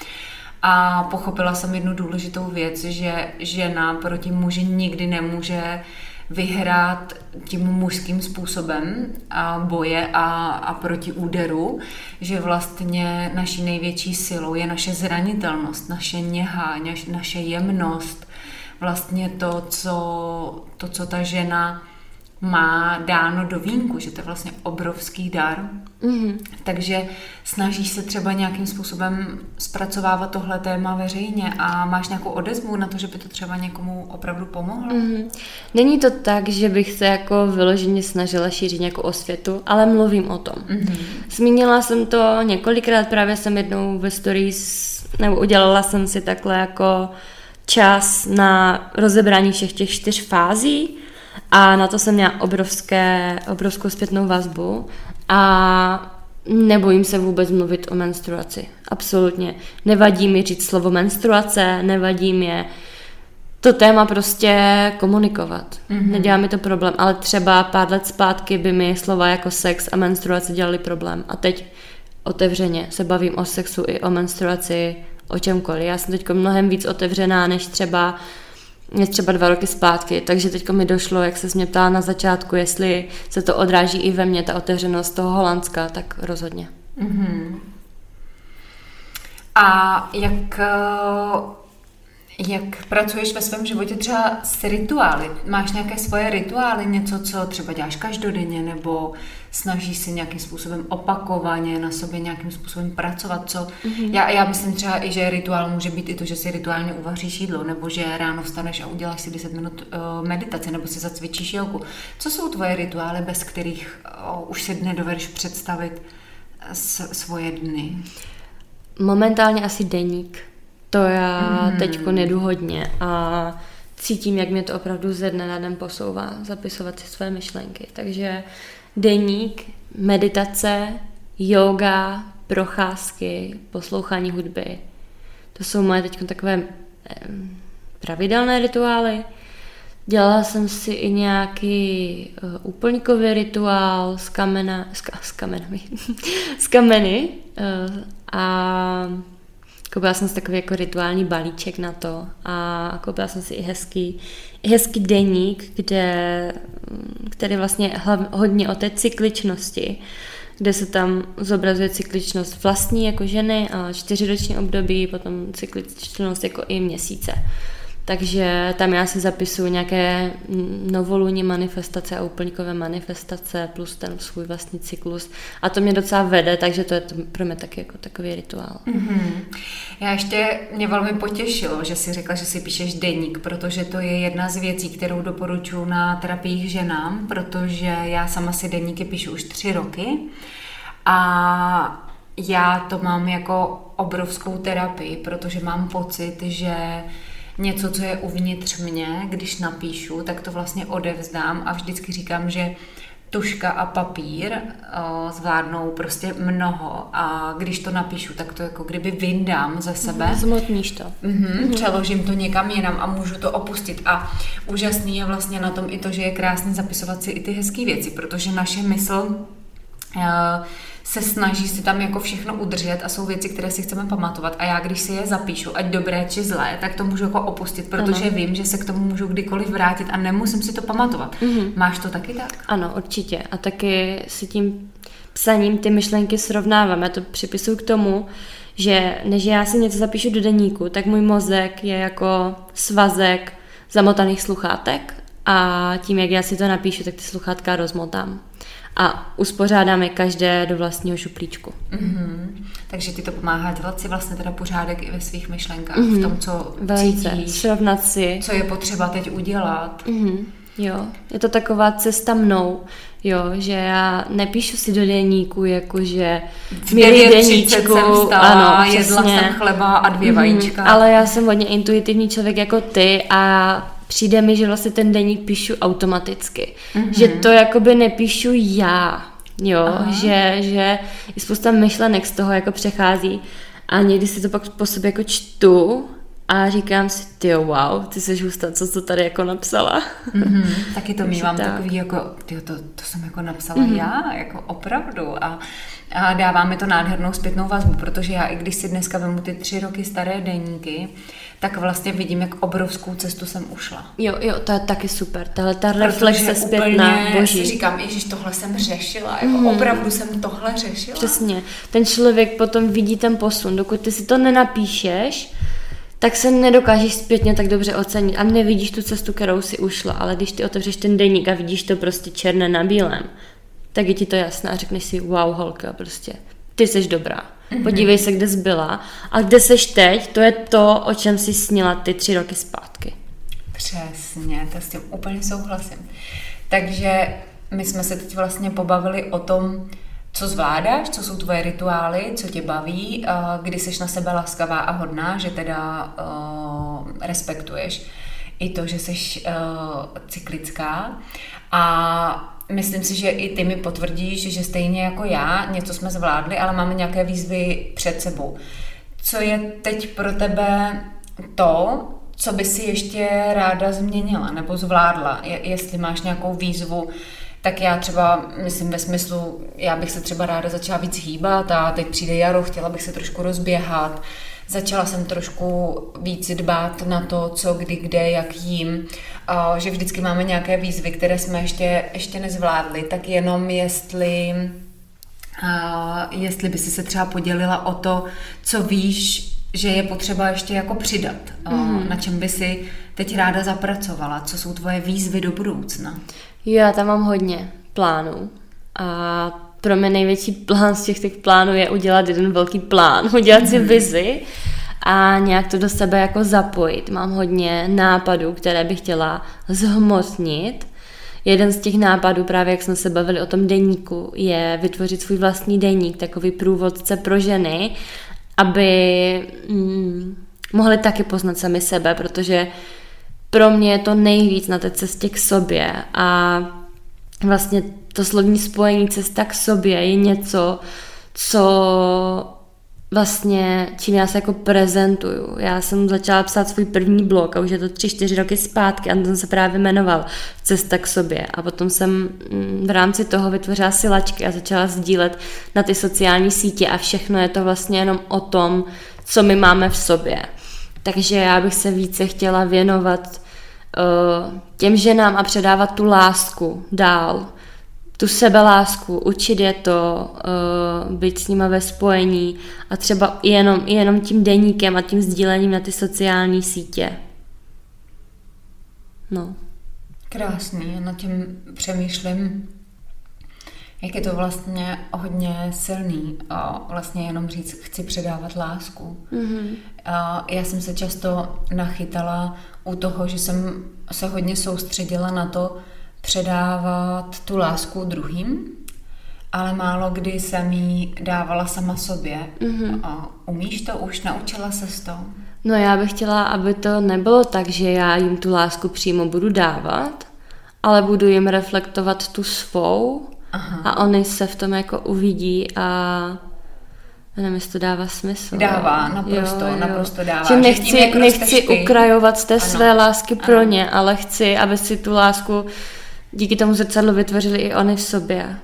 A pochopila jsem jednu důležitou věc, že žena proti muži nikdy nemůže vyhrát tím mužským způsobem a boje a, a proti úderu, že vlastně naší největší silou je naše zranitelnost, naše něha, naše jemnost, vlastně to, co, to, co ta žena má dáno do vínku, že to je vlastně obrovský dar. Mm-hmm. Takže snažíš se třeba nějakým způsobem zpracovávat tohle téma veřejně a máš nějakou odezvu na to, že by to třeba někomu opravdu pomohlo? Mm-hmm. Není to tak, že bych se jako vyloženě snažila šířit nějakou osvětu, ale mluvím o tom. Mm-hmm. Zmínila jsem to několikrát, právě jsem jednou ve stories, nebo udělala jsem si takhle jako čas na rozebrání všech těch čtyř fází, a na to jsem měla obrovské, obrovskou zpětnou vazbu a nebojím se vůbec mluvit o menstruaci. Absolutně. Nevadí mi říct slovo menstruace, nevadí mě to téma prostě komunikovat. Mm-hmm. Nedělá mi to problém, ale třeba pár let zpátky by mi slova jako sex a menstruace dělaly problém. A teď otevřeně se bavím o sexu i o menstruaci, o čemkoliv. Já jsem teď mnohem víc otevřená, než třeba Mě třeba dva roky zpátky, takže teďko mi došlo, jak se mě ptala na začátku, jestli se to odráží i ve mně, ta otevřenost toho Holandska, tak rozhodně. Mm-hmm. A jak, jak pracuješ ve svém životě třeba s rituály? Máš nějaké svoje rituály, něco, co třeba děláš každodenně, nebo snažíš se nějakým způsobem opakovaně na sobě nějakým způsobem pracovat, co? Mm-hmm. Já, já myslím třeba i, že rituál může být i to, že si rituálně uvaříš jídlo, nebo že ráno vstaneš a uděláš si deset minut uh, meditace, nebo si zacvičíš jogu. Co jsou tvoje rituály, bez kterých uh, už si nedovedeš představit s, svoje dny? Momentálně asi deník. To já mm. teďko nedu hodně a cítím, jak mě to opravdu ze dne na den posouvá, zapisovat si své myšlenky. Takže deník, meditace, yoga, procházky, poslouchání hudby. To jsou moje teď takové eh, pravidelné rituály. Dělala jsem si i nějaký uh, úplňkový rituál s, kamena, s, s kamenami, s kameny uh, a koupila jsem si takový jako rituální balíček na to a koupila jsem si i hezký, i hezký deník, kde, který vlastně hlav, hodně o té cykličnosti, kde se tam zobrazuje cykličnost vlastní jako ženy a čtyřiroční období, potom cykličnost jako i měsíce. Takže tam já si zapisuju nějaké novoluní manifestace a úplňkové manifestace plus ten svůj vlastní cyklus. A to mě docela vede, takže to je to pro mě taky jako takový rituál. Mm-hmm. Já ještě mě velmi potěšilo, že jsi řekla, že si píšeš deník, protože to je jedna z věcí, kterou doporučuji na terapiích ženám, protože já sama si deníky píšu už tři roky a já to mám jako obrovskou terapii, protože mám pocit, že něco, co je uvnitř mě, když napíšu, tak to vlastně odevzdám a vždycky říkám, že tuška a papír o, zvládnou prostě mnoho a když to napíšu, tak to jako kdyby vyndám ze sebe. Zmotníš to. Mm-hmm, přeložím to někam jinam a můžu to opustit a úžasný je vlastně na tom i to, že je krásný zapisovat si i ty hezké věci, protože naše mysl uh, se snaží si tam jako všechno udržet a jsou věci, které si chceme pamatovat a já, když si je zapíšu, ať dobré či zlé, tak to můžu jako opustit, protože ano. Vím, že se k tomu můžu kdykoliv vrátit a nemusím si to pamatovat. Mm-hmm. Máš to taky tak? Ano, určitě. A taky si tím psaním ty myšlenky srovnávám. Já to připisuju k tomu, že než já si něco zapíšu do deníku, tak můj mozek je jako svazek zamotaných sluchátek a tím, jak já si to napíšu, tak ty sluchátka rozmotám. A uspořádám je každé do vlastního šuplíčku. Mm-hmm. Takže ti to pomáhá dělat si vlastně teda pořádek i ve svých myšlenkách, mm-hmm. v tom, co Velice. cítíš, srovnat si. Co je potřeba teď udělat. Mm-hmm. Jo, je to taková cesta mnou, jo, že já nepíšu si do deníku, jakože milý deníčku, jsem vstala, ano, jedla přesně. jsem chleba a dvě mm-hmm. vajíčka. Ale já jsem hodně intuitivní člověk jako ty a přijde mi, že vlastně ten deník píšu automaticky. Mm-hmm. Že to jakoby nepíšu já, jo, že, že i spousta myšlenek z toho jako přechází a někdy si to pak po sobě jako čtu a říkám si, tyjo, wow, ty jsi hustá, co to tady jako napsala. Mm-hmm. Taky to mívám tak. takový jako, tyjo, to, to jsem jako napsala mm-hmm. já, jako opravdu a, a dává mi to nádhernou zpětnou vazbu, protože já i když si dneska vemu ty tři roky staré deníky, tak vlastně vidím, jak obrovskou cestu jsem ušla. Jo, jo, to je taky super. Tahle ta reflexe zpětná, boží. Si říkám, ježiš, tohle jsem řešila, jako mm. opravdu jsem tohle řešila. Přesně. Ten člověk potom vidí ten posun. Dokud ty si to nenapíšeš, tak se nedokážeš zpětně tak dobře ocenit a nevidíš tu cestu, kterou si ušla, ale když ty otevřeš ten deník a vidíš to prostě černé na bílém, tak je ti to jasné a řekneš si, wow, holka, prostě, ty jsi dobrá. Mm-hmm. Podívej se, kde jsi byla a kde seš teď, to je to, o čem jsi snila ty tři roky zpátky. Přesně, to s tím úplně souhlasím. Takže my jsme se teď vlastně pobavili o tom, co zvládáš, co jsou tvoje rituály, co tě baví, kdy jsi na sebe laskavá a hodná, že teda uh, respektuješ i to, že jsi uh, cyklická. A myslím si, že i ty mi potvrdíš, že stejně jako já, něco jsme zvládli, ale máme nějaké výzvy před sebou. Co je teď pro tebe to, co by si ještě ráda změnila nebo zvládla? Je, jestli máš nějakou výzvu, tak já třeba, myslím ve smyslu, já bych se třeba ráda začala víc hýbat a teď přijde jaro, chtěla bych se trošku rozběhat. Začala jsem trošku víc dbát na to, co, kdy, kde, jak jím, že vždycky máme nějaké výzvy, které jsme ještě, ještě nezvládli, tak jenom jestli, jestli by si se třeba podělila o to, co víš, že je potřeba ještě jako přidat, mm. na čem by si teď ráda zapracovala, co jsou tvoje výzvy do budoucna. Já tam mám hodně plánů a pro mě největší plán z těch těch plánů je udělat jeden velký plán, udělat si vizi a nějak to do sebe jako zapojit. Mám hodně nápadů, které bych chtěla zhmotnit. Jeden z těch nápadů, právě jak jsme se bavili o tom deníku, je vytvořit svůj vlastní deník, takový průvodce pro ženy, aby mm, mohli taky poznat sami sebe, protože pro mě je to nejvíc na té cestě k sobě a vlastně to slovní spojení cesta k sobě je něco, co vlastně, čím já se jako prezentuju. Já jsem začala psát svůj první blog a už je to tři, čtyři roky zpátky a ten se právě jmenoval Cesta k sobě a potom jsem v rámci toho vytvořila silačky a začala sdílet na ty sociální sítě a všechno je to vlastně jenom o tom, co my máme v sobě. Takže já bych se více chtěla věnovat uh, těm ženám a předávat tu lásku dál, tu sebelásku, učit je to, uh, být s nima ve spojení a třeba jenom, jenom tím deníkem a tím sdílením na ty sociální sítě. No. Krásný, já nad tím přemýšlím, jak je to vlastně hodně silný a vlastně jenom říct, chci předávat lásku. Mm-hmm. A já jsem se často nachytala u toho, že jsem se hodně soustředila na to předávat tu lásku druhým, ale málo kdy jsem ji dávala sama sobě. Mm-hmm. A umíš to? Už naučila ses to? No já bych chtěla, aby to nebylo tak, že já jim tu lásku přímo budu dávat, ale budu jim reflektovat tu svou. Aha. A oni se v tom jako uvidí a nevím, jestli to dává smysl. Dává, naprosto, jo, jo. naprosto dává. Že nechci, že nechci ukrajovat z té ano. své lásky pro ano. ně, ale chci, aby si tu lásku díky tomu zrcadlu vytvořili i oni v sobě.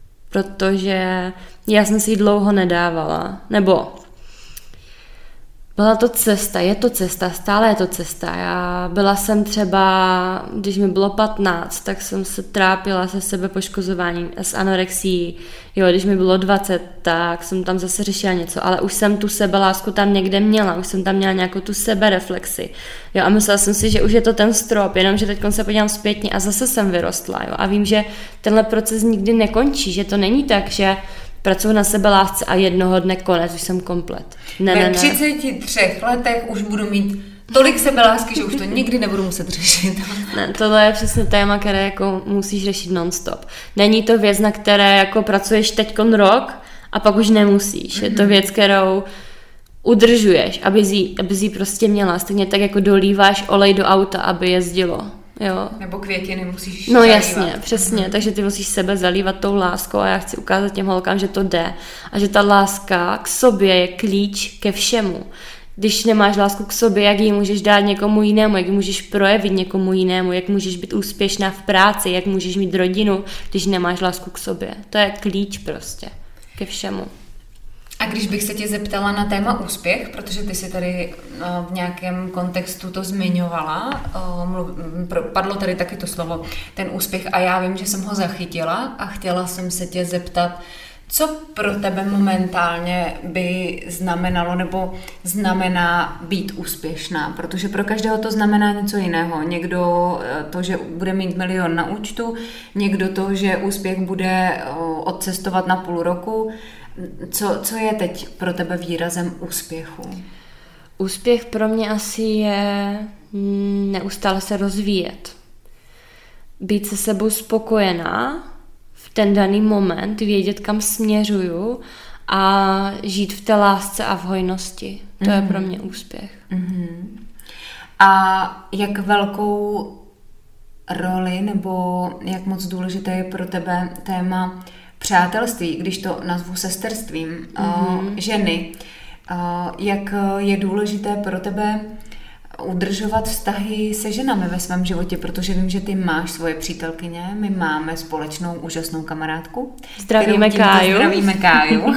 Protože já jsem si ji dlouho nedávala. Nebo byla to cesta, je to cesta, stále je to cesta. Já byla jsem třeba, když mi bylo patnáct, tak jsem se trápila se sebepoškozováním, s anorexií. Jo, když mi bylo dvacet, tak jsem tam zase řešila něco, ale už jsem tu sebelásku tam někde měla, už jsem tam měla nějakou tu sebereflexi. Jo, a myslela jsem si, že už je to ten strop, jenomže teď se podívám zpětně a zase jsem vyrostla. Jo, a vím, že tenhle proces nikdy nekončí, že to není tak, že pracuji na sebelásce a jednoho dne konec, už jsem komplet. Ne, Ve ne, třiceti třech letech už budu mít tolik sebelásky, že už to nikdy nebudu muset řešit. Ne, tohle je přesně téma, které jako musíš řešit non-stop. Není to věc, na které jako pracuješ teďkon rok a pak už nemusíš. Mm-hmm. Je to věc, kterou udržuješ, aby jí, aby jí prostě měla. Stejně tak jako dolíváš olej do auta, aby jezdilo. Jo. Nebo květiny musíš No zalívat. Jasně, přesně, mm-hmm. takže ty musíš sebe zalívat tou láskou a já chci ukázat těm holkám, že to jde a že ta láska k sobě je klíč ke všemu. Když nemáš lásku k sobě, jak ji můžeš dát někomu jinému, jak ji můžeš projevit někomu jinému, jak můžeš být úspěšná v práci, jak můžeš mít rodinu, když nemáš lásku k sobě. To je klíč prostě ke všemu. A když bych se tě zeptala na téma úspěch, protože ty si tady v nějakém kontextu to zmiňovala, padlo tady taky to slovo, ten úspěch a já vím, že jsem ho zachytila a chtěla jsem se tě zeptat, co pro tebe momentálně by znamenalo nebo znamená být úspěšná, protože pro každého to znamená něco jiného. Někdo to, že bude mít milion na účtu, někdo to, že úspěch bude odcestovat na půl roku. Co, co je teď pro tebe výrazem úspěchu? Úspěch pro mě asi je neustále se rozvíjet. Být se sebou spokojená v ten daný moment, vědět, kam směřuju a žít v té lásce a v hojnosti. To mm-hmm. je pro mě úspěch. Mm-hmm. A jak velkou roli nebo jak moc důležité je pro tebe téma přátelství, když to nazvu sesterstvím, mm-hmm. ženy, jak je důležité pro tebe udržovat vztahy se ženami ve svém životě, protože vím, že ty máš svoje přítelkyně, my máme společnou úžasnou kamarádku. Zdravíme Káju. Zdravíme Káju.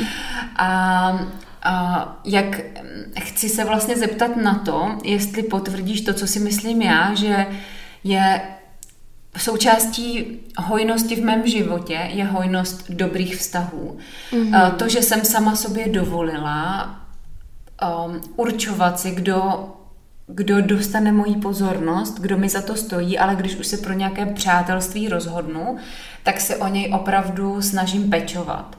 a, a jak chci se vlastně zeptat na to, jestli potvrdíš to, co si myslím já, že je součástí hojnosti v mém životě je hojnost dobrých vztahů. Mm-hmm. To, že jsem sama sobě dovolila um, určovat si, kdo, kdo dostane moji pozornost, kdo mi za to stojí, ale když už se pro nějaké přátelství rozhodnu, tak se o něj opravdu snažím pečovat.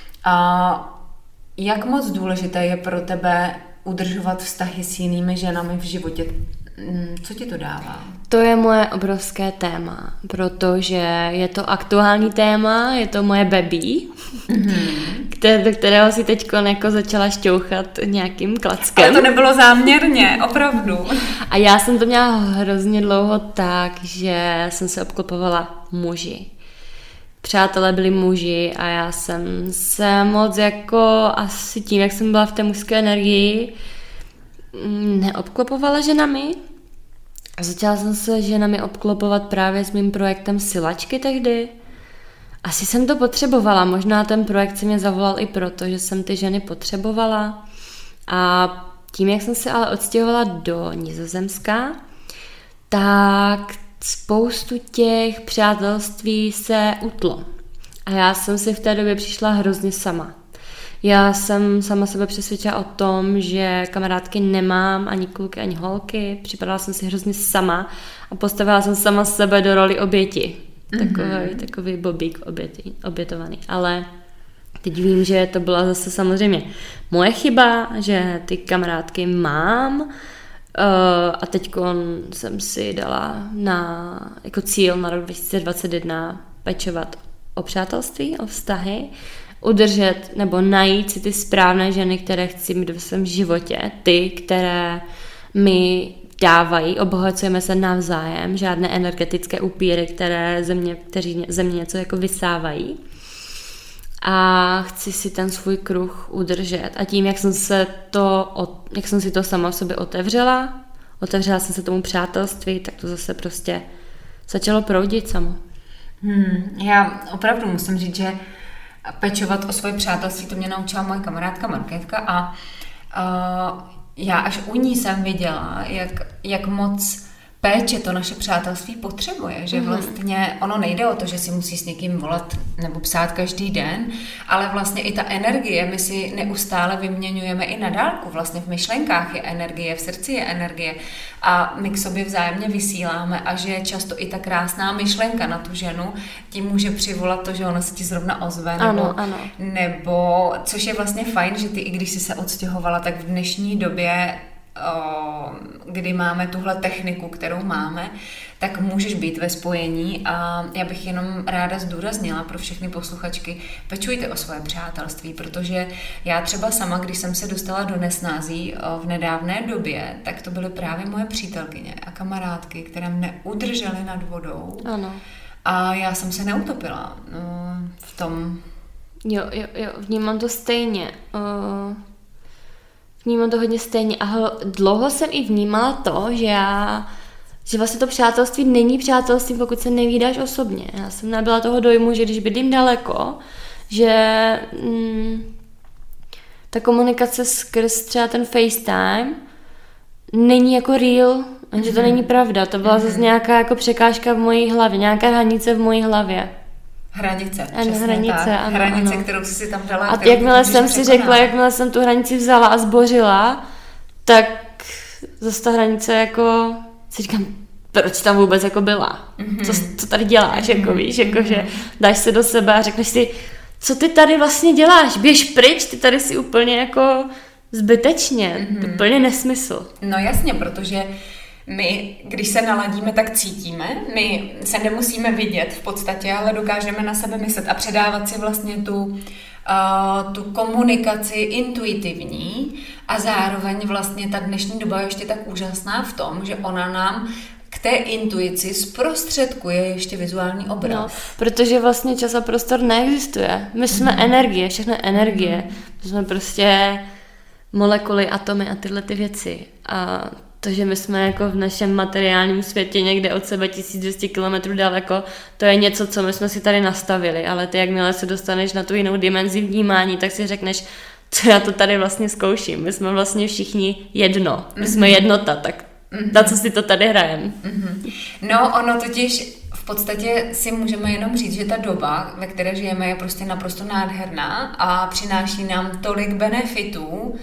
A jak moc důležité je pro tebe udržovat vztahy s jinými ženami v životě? Co ti to dává? To je moje obrovské téma, protože je to aktuální téma, je to moje baby, mm-hmm. které, do kterého si teď jako začala šťouchat nějakým klackem. Ale to nebylo záměrně, opravdu. A já jsem to měla hrozně dlouho tak, že jsem se obklopovala muži. Přátelé byli muži a já jsem se moc jako asi tím, jak jsem byla v té mužské energii, neobklopovala ženami. A začala jsem se ženami obklopovat právě s mým projektem Silačky tehdy. Asi jsem to potřebovala, možná ten projekt si mě zavolal i proto, že jsem ty ženy potřebovala. A tím, jak jsem se ale odstěhovala do Nizozemska, tak spoustu těch přátelství se utlo. A já jsem si v té době přišla hrozně sama. Já jsem sama sebe přesvědčila o tom, že kamarádky nemám, ani kluky, ani holky. Připadala jsem si hrozně sama a postavila jsem sama sebe do roli oběti. Takový, mm-hmm. takový bobík oběti, obětovaný. Ale teď vím, že to byla zase samozřejmě moje chyba, že ty kamarádky mám uh, a teď jsem si dala na, jako cíl na rok dva tisíce dvacet jedna pečovat o přátelství, o vztahy, udržet nebo najít si ty správné ženy, které chci mít ve svém životě, ty, které mi dávají, obohacujeme se navzájem, žádné energetické upíry, které ze mě, kteří ze mě něco jako vysávají. A chci si ten svůj kruh udržet. A tím, jak jsem se to, jak jsem si to sama v sobě otevřela, otevřela jsem se tomu přátelství, tak to zase prostě začalo proudit samo. Hmm, já opravdu musím říct, že pečovat o svoje přátelství, to mě naučila moje kamarádka Markétka a uh, já až u ní jsem viděla, jak, jak moc péče to naše přátelství potřebuje, že vlastně ono nejde o to, že si musí s někým volat nebo psát každý den, ale vlastně i ta energie, my si neustále vyměňujeme i na dálku, vlastně v myšlenkách je energie, v srdci je energie a my k sobě vzájemně vysíláme a že často i ta krásná myšlenka na tu ženu ti může přivolat to, že ona se ti zrovna ozve, nebo, ano, ano. nebo což je vlastně fajn, že ty i když jsi se odstěhovala, tak v dnešní době kdy máme tuhle techniku, kterou máme, tak můžeš být ve spojení a já bych jenom ráda zdůraznila pro všechny posluchačky, pečujte o svoje přátelství, protože já třeba sama, když jsem se dostala do nesnází v nedávné době, tak to byly právě moje přítelkyně a kamarádky, které mne udržely nad vodou. Ano. A já jsem se neutopila v tom. Jo, jo, jo, vnímám to stejně. Uh... Vnímám to hodně stejně a dlouho jsem i vnímala to, že já, že vlastně to přátelství není přátelství, pokud se nevídáš osobně. Já jsem nabyla toho dojmu, že když bydlím daleko, že mm, ta komunikace skrz třeba ten FaceTime není jako real, mm-hmm. že to není pravda. To byla mm-hmm. zase nějaká jako překážka v mojí hlavě, nějaká hranice v mojí hlavě. Hranice, ano, přesně hranice, tak. Ano, hranice, ano. kterou jsi si tam dala. A jakmile jsem si řekla, jakmile jsem tu hranici vzala a zbořila, tak zase ta hranice jako si říkám, proč tam vůbec jako byla? Mm-hmm. Co, co tady děláš, mm-hmm. jako víš, jako že dáš se do sebe a řekneš si, co ty tady vlastně děláš? Běž pryč, ty tady si úplně jako zbytečně, mm-hmm. úplně nesmysl. No jasně, protože my, když se naladíme, tak cítíme. My se nemusíme vidět v podstatě, ale dokážeme na sebe myslet a předávat si vlastně tu, uh, tu komunikaci intuitivní a zároveň vlastně ta dnešní doba je ještě tak úžasná v tom, že ona nám k té intuici zprostředkuje ještě vizuální obraz. No, protože vlastně čas a prostor neexistuje. My jsme mm. energie, všechno energie. My jsme prostě molekuly, atomy a tyhle ty věci. A to, že my jsme jako v našem materiálním světě někde od sebe tisíc dvě stě kilometrů daleko, to je něco, co my jsme si tady nastavili, ale ty jakmile se dostaneš na tu jinou dimenzi vnímání, tak si řekneš, co já to tady vlastně zkouším. My jsme vlastně všichni jedno. My jsme jednota, tak na co si to tady hrajeme. No, ono totiž v podstatě si můžeme jenom říct, že ta doba, ve které žijeme, je prostě naprosto nádherná a přináší nám tolik benefitů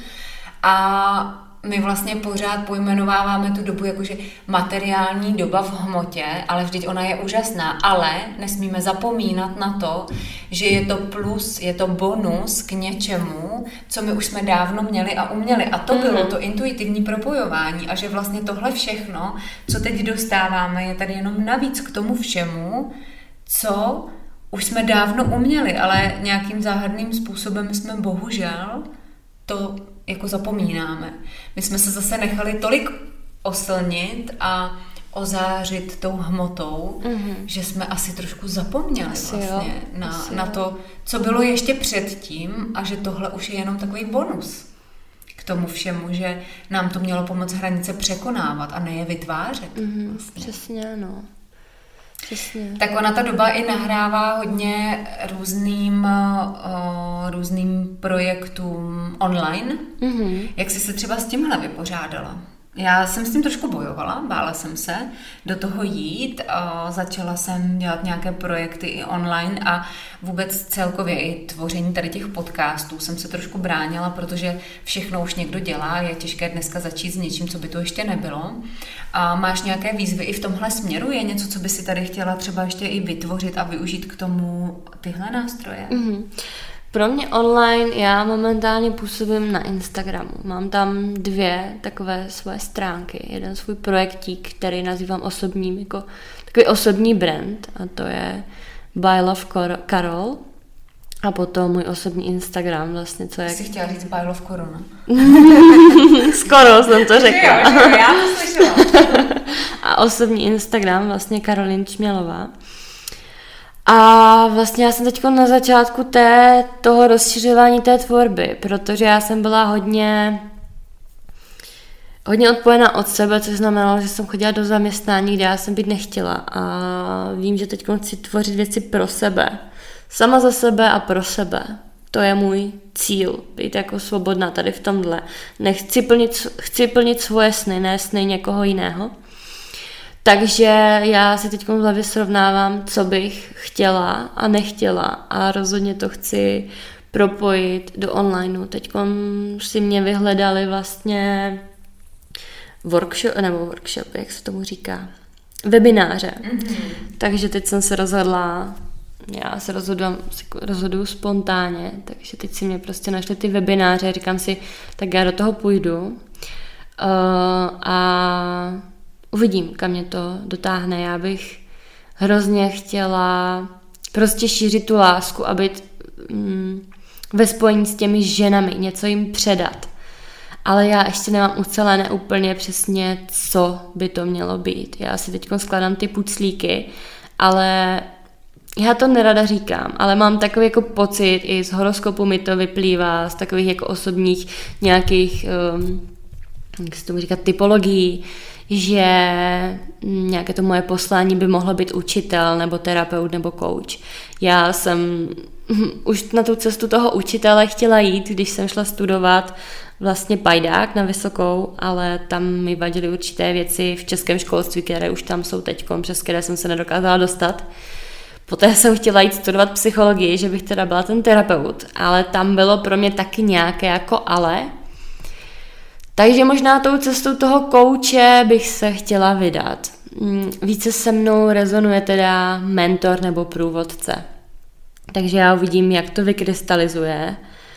a my vlastně pořád pojmenováváme tu dobu jakože materiální doba v hmotě, ale vždyť ona je úžasná, ale nesmíme zapomínat na to, že je to plus, je to bonus k něčemu, co my už jsme dávno měli a uměli a to bylo to intuitivní propojování a že vlastně tohle všechno, co teď dostáváme, je tady jenom navíc k tomu všemu, co už jsme dávno uměli, ale nějakým záhadným způsobem jsme bohužel to jako zapomínáme. My jsme se zase nechali tolik oslnit a ozářit tou hmotou, mm-hmm. že jsme asi trošku zapomněli asi vlastně jo, na, na to, co bylo ještě předtím a že tohle už je jenom takový bonus k tomu všemu, že nám to mělo pomoct hranice překonávat a ne je vytvářet. Mm-hmm, vlastně. Přesně, no. Přesně. Tak ona ta doba i nahrává hodně různým, uh, různým projektům online. Mm-hmm. Jak jsi se třeba s tímhle vypořádala? Já jsem s tím trošku bojovala, bála jsem se do toho jít, uh, začala jsem dělat nějaké projekty i online a vůbec celkově i tvoření tady těch podcastů jsem se trošku bránila, protože všechno už někdo dělá, je těžké dneska začít s něčím, co by to ještě nebylo. A máš nějaké výzvy i v tomhle směru? Je něco, co by si tady chtěla třeba ještě i vytvořit a využít k tomu tyhle nástroje? Mm-hmm. Pro mě online já momentálně působím na Instagramu. Mám tam dvě takové svoje stránky. Jeden svůj projektík, který nazývám osobním, jako takový osobní brand a to je By Love Karol. A potom můj osobní Instagram vlastně, co je... Jsi chtěla říct By Love Corona. Skoro jsem to řekla. Jo, jo, já to slyšela. A osobní Instagram vlastně Karolín Čmělová. A vlastně já jsem teď na začátku té, toho rozšiřování té tvorby, protože já jsem byla hodně hodně odpojená od sebe, což znamenalo, že jsem chodila do zaměstnání, kde já jsem být nechtěla a vím, že teď chci tvořit věci pro sebe. Sama za sebe a pro sebe. To je můj cíl, být jako svobodná tady v tomhle. Nechci plnit, chci plnit svoje sny, ne sny někoho jiného. Takže já si teď v hlavě srovnávám, co bych chtěla a nechtěla a rozhodně to chci propojit do onlineu. Teď si mě vyhledali vlastně workshop, nebo workshop, jak se tomu říká, webináře. Mm-hmm. Takže teď jsem se rozhodla, já se rozhoduju, rozhoduju spontánně, takže teď si mě prostě našli ty webináře, říkám si, tak já do toho půjdu uh, a uvidím, kam mě to dotáhne. Já bych hrozně chtěla prostě šířit tu lásku a být mm, ve spojení s těmi ženami, něco jim předat. Ale já ještě nemám ucelené úplně přesně, co by to mělo být. Já si teď skladám ty puclíky, ale já to nerada říkám, ale mám takový jako pocit, i z horoskopu mi to vyplývá, z takových jako osobních nějakých, um, jak se tomu říká, typologií, že nějaké to moje poslání by mohlo být učitel, nebo terapeut, nebo coach. Já jsem už na tu cestu toho učitele chtěla jít, když jsem šla studovat vlastně pajdák na vysokou, ale tam mi vadily určité věci v českém školství, které už tam jsou teďkom, přes které jsem se nedokázala dostat. Poté jsem chtěla jít studovat psychologii, že bych teda byla ten terapeut, ale tam bylo pro mě taky nějaké jako ale. Takže možná tou cestou toho kouče bych se chtěla vydat. Více se mnou rezonuje teda mentor nebo průvodce. Takže já uvidím, jak to vykrystalizuje.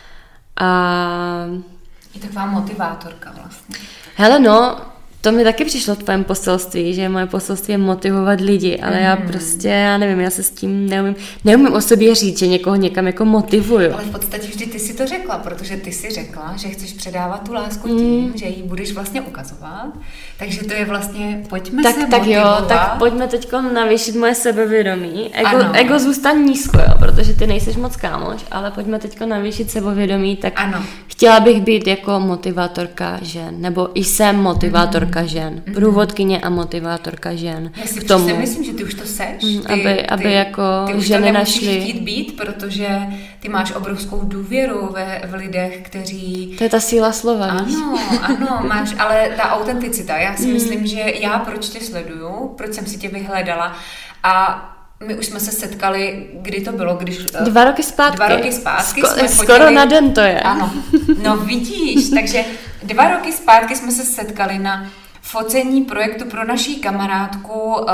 A je taková motivátorka vlastně. Hele no, to mi taky přišlo v tvém poselství, že moje poselství je motivovat lidi, ale mm. já prostě, já nevím, já se s tím neumím, neumím o sobě říct, že někoho někam jako motivuju. Ale v podstatě vždy ty si to řekla, protože ty si řekla, že chceš předávat tu lásku tím, mm. že ji budeš vlastně ukazovat, takže to je vlastně, pojďme tak, se tak motivovat. Jo, tak pojďme teďko navýšit moje sebevědomí. Ego, ego zůstaň nízko, jo, protože ty nejseš moc kámoš, ale pojďme teďko navýšit sebevědomí, tak ano. Chtěla bych být jako motivátorka žen, nebo jsem motivátorka mm. žen, mm-hmm. průvodkyně a motivátorka žen. Já si k tomu. myslím, že ty už to seš. Ty, aby, aby ty, jako ty už ženy to našly. chtít být, protože ty máš obrovskou důvěru ve, v lidech, kteří... To je ta síla slova. Ano, ano, máš, ale ta autenticita. Já si mm. myslím, že já proč tě sleduju, proč jsem si tě vyhledala a my už jsme se setkali, kdy to bylo, když... Dva roky zpátky. Dva roky zpátky Sko- jsme Skoro fotili, na den to je. Ano, no vidíš, takže dva roky zpátky jsme se setkali na focení projektu pro naší kamarádku uh,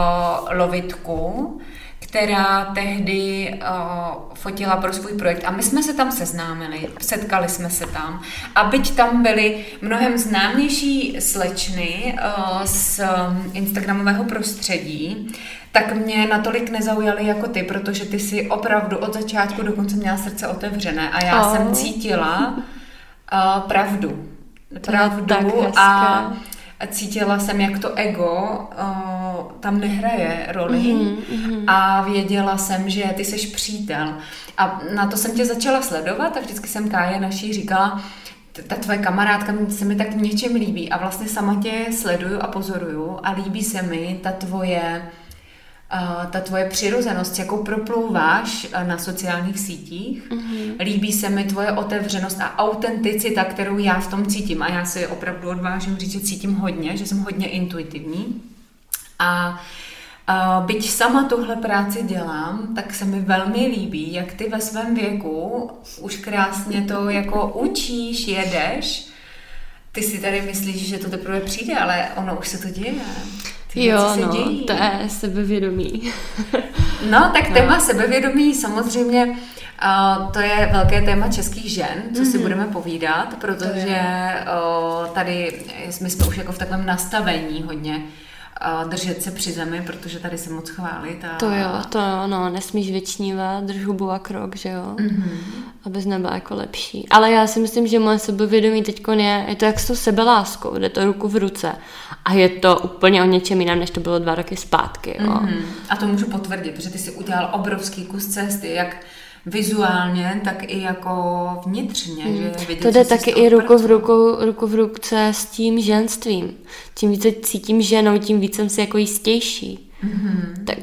Lovitku, která tehdy uh, fotila pro svůj projekt a my jsme se tam seznámili, setkali jsme se tam a byť tam byly mnohem známější slečny uh, z um, instagramového prostředí, tak mě natolik nezaujaly jako ty, protože ty si opravdu od začátku do konce měla srdce otevřené a já oh. jsem cítila uh, pravdu. Pravdu a cítila jsem, jak to ego uh, tam nehraje roli mm-hmm. a věděla jsem, že ty seš přítel. A na to jsem tě začala sledovat a vždycky jsem Káje naší říkala, ta tvoje kamarádka se mi tak něčem líbí a vlastně sama tě sleduju a pozoruju a líbí se mi ta tvoje Uh, ta tvoje přirozenost, jakou proplouváš uh, na sociálních sítích. Mm-hmm. Líbí se mi tvoje otevřenost a autenticita, kterou já v tom cítím. A já si opravdu odvážím říct, že cítím hodně, že jsem hodně intuitivní. A uh, byť sama tuhle práci dělám, tak se mi velmi líbí, jak ty ve svém věku už krásně to jako učíš, jedeš. Ty si tady myslíš, že to teprve přijde, ale ono už se to děje. Jo, no, to je sebevědomí. No, tak téma no. sebevědomí samozřejmě, uh, to je velké téma českých žen, co mm-hmm. si budeme povídat, protože uh, tady my jsme už jako v takovém nastavení hodně uh, držet se při zemi, protože tady se moc chválit. A... To jo, to no, nesmíš vyčnívat, drž hubu a krok, že jo, mm-hmm. abys nebyla jako lepší. Ale já si myslím, že moje sebevědomí teďko je, je to jak s tou sebeláskou, jde to ruku v ruce. A je to úplně o něčem jiném, než to bylo dva roky zpátky. Jo. Mm-hmm. A to můžu potvrdit, protože ty jsi udělal obrovský kus cesty, jak vizuálně, tak i jako vnitřně. Mm. Že vidět, to jde taky i ruku v, ruku, ruku v ruce s tím ženstvím. Tím více cítím ženou, tím víc jsem si jako jistější. Mm-hmm. Takže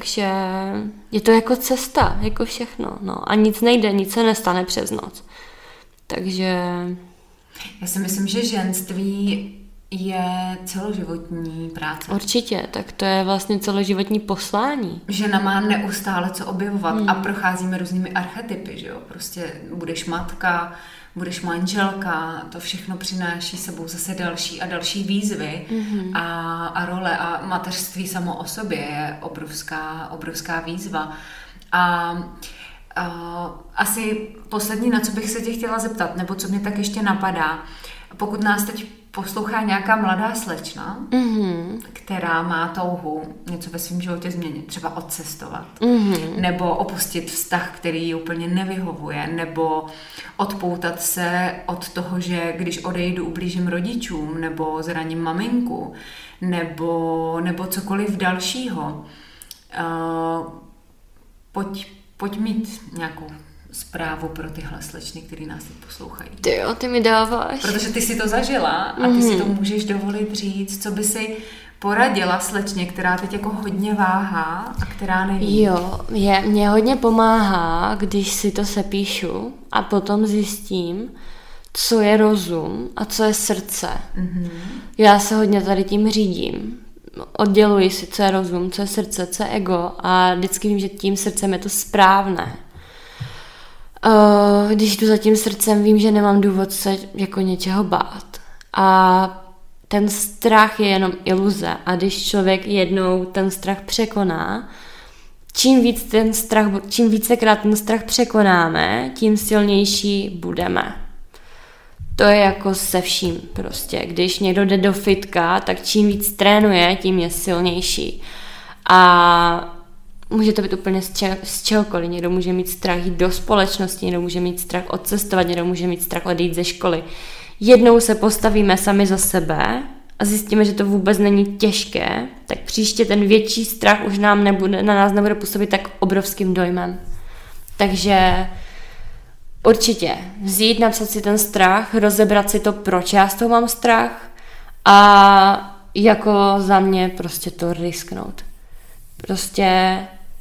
takže je to jako cesta, jako všechno, no. A nic nejde, nic se nestane přes noc. Takže... Já si myslím, že ženství je celoživotní práce. Určitě, tak to je vlastně celoživotní poslání. Žena má neustále co objevovat hmm. a procházíme různými archetypy, že jo, prostě budeš matka, budeš manželka, to všechno přináší sebou zase další a další výzvy mm-hmm. a, a role a mateřství samo o sobě je obrovská, obrovská výzva. A, a asi poslední, na co bych se tě chtěla zeptat, nebo co mě tak ještě napadá, pokud nás teď poslouchá nějaká mladá slečna, mm-hmm. která má touhu něco ve svém životě změnit, třeba odcestovat, mm-hmm. nebo opustit vztah, který ji úplně nevyhovuje, nebo odpoutat se od toho, že když odejdu, ublížím rodičům, nebo zraním maminku, nebo, nebo cokoliv dalšího. Uh, pojď, pojď mít nějakou zprávu pro tyhle slečny, který nás teď poslouchají. Ty jo, ty mi dáváš. Protože ty si to zažila a ty mm-hmm. si to můžeš dovolit říct, co by si poradila slečně, která teď jako hodně váhá a která neví. Jo, je, mě hodně pomáhá, když si to sepíšu a potom zjistím, co je rozum a co je srdce. Mm-hmm. Já se hodně tady tím řídím. Odděluji si, co je rozum, co je srdce, co je ego a vždycky vím, že tím srdcem je to správné. Uh, když jdu za tím srdcem, vím, že nemám důvod se jako něčeho bát. A ten strach je jenom iluze. A když člověk jednou ten strach překoná, čím víc ten strach, čím vícekrát ten strach překonáme, tím silnější budeme. To je jako se vším prostě. Když někdo jde do fitka, tak čím víc trénuje, tím je silnější. A může to být úplně z, če- z čehokoliv. Někdo může mít strach jít do společnosti, někdo může mít strach odcestovat, někdo může mít strach odejít ze školy. Jednou se postavíme sami za sebe a zjistíme, že to vůbec není těžké, tak příště ten větší strach už nám nebude, na nás nebude působit tak obrovským dojmem. Takže určitě vzít, napsat si ten strach, rozebrat si to, proč já z toho mám strach a jako za mě prostě to risknout. Prostě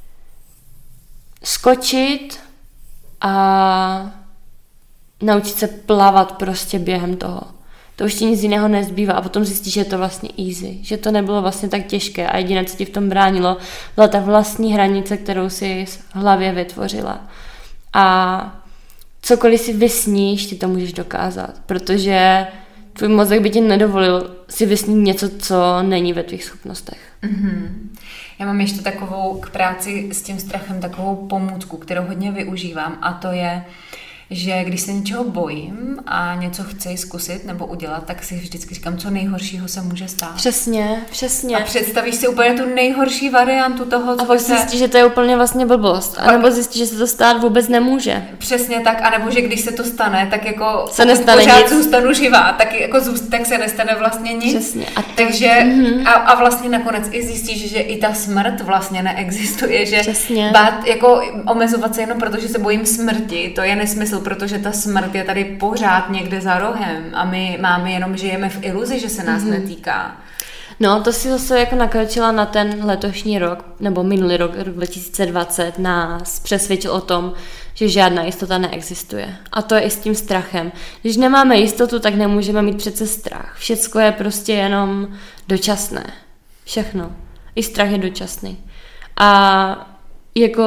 skočit a naučit se plavat prostě během toho. To už ti nic jiného nezbývá a potom zjistíš, že je to vlastně easy, že to nebylo vlastně tak těžké a jediné, co ti v tom bránilo, byla ta vlastní hranice, kterou si v hlavě vytvořila. A cokoliv si vysníš, ty to můžeš dokázat, protože tvůj mozek by ti nedovolil si vysnít něco, co není ve tvých schopnostech. Mm-hmm. Já mám ještě takovou k práci s tím strachem takovou pomůcku, kterou hodně využívám a to je, že když se něčeho bojím a něco chci zkusit nebo udělat, tak si vždycky říkám, co nejhoršího se může stát. Přesně, přesně. A představíš si úplně tu nejhorší variantu toho, co a pak se... zjistíš, že to je úplně vlastně blbost. A nebo zjistíš, že se to stát vůbec nemůže. Přesně tak, anebo že když se to stane, tak jako se nestane pořád nic. Zůstanu živá, tak jako zůst, tak se nestane vlastně nic. Přesně. A to... Takže mm-hmm. a, a vlastně nakonec i zjistíš, že i ta smrt vlastně neexistuje, že Přesně. bát, jako omezovat se jenom protože se bojím smrti, to je nesmysl, protože ta smrt je tady pořád někde za rohem a my máme jenom, žijeme v iluzi, že se nás mm-hmm. netýká. No, to si zase jako nakročila na ten letošní rok, nebo minulý rok, rok dva tisíce dvacet, nás přesvědčil o tom, že žádná jistota neexistuje. A to je i s tím strachem. Když nemáme jistotu, tak nemůžeme mít přece strach. Všecko je prostě jenom dočasné. Všechno. I strach je dočasný. A jako...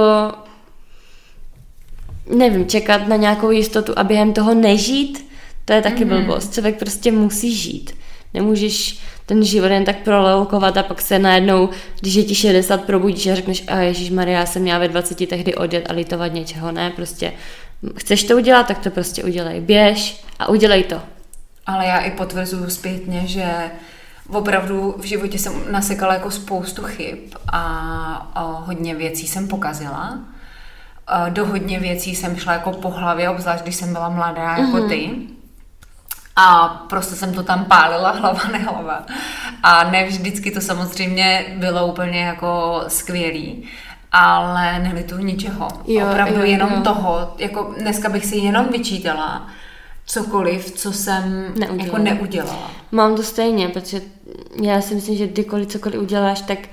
nevím, čekat na nějakou jistotu a během toho nežít, to je taky mm-hmm. blbost. Člověk prostě musí žít. Nemůžeš ten život jen tak proloukovat a pak se najednou, když je ti šedesát, probudíš a řekneš, a ježišmarja, já jsem měla ve dvaceti tehdy odjet a litovat něčeho. Ne, prostě chceš to udělat, tak to prostě udělej. Běž a udělej to. Ale já i potvrzuju zpětně, že opravdu v životě jsem nasekala jako spoustu chyb a, a hodně věcí jsem pokazila. Do hodně věcí jsem šla jako po hlavě, obzvlášť když jsem byla mladá jako mm-hmm. ty. A prostě jsem to tam pálila hlava nehlava. A ne vždycky to samozřejmě bylo úplně jako skvělý. Ale nelituju ničeho. Jo, opravdu jo, jenom jo. toho. Jako dneska bych si jenom vyčítala cokoliv, co jsem neudělala. jako neudělala. Mám to stejně, protože já si myslím, že kdykoliv cokoliv uděláš, tak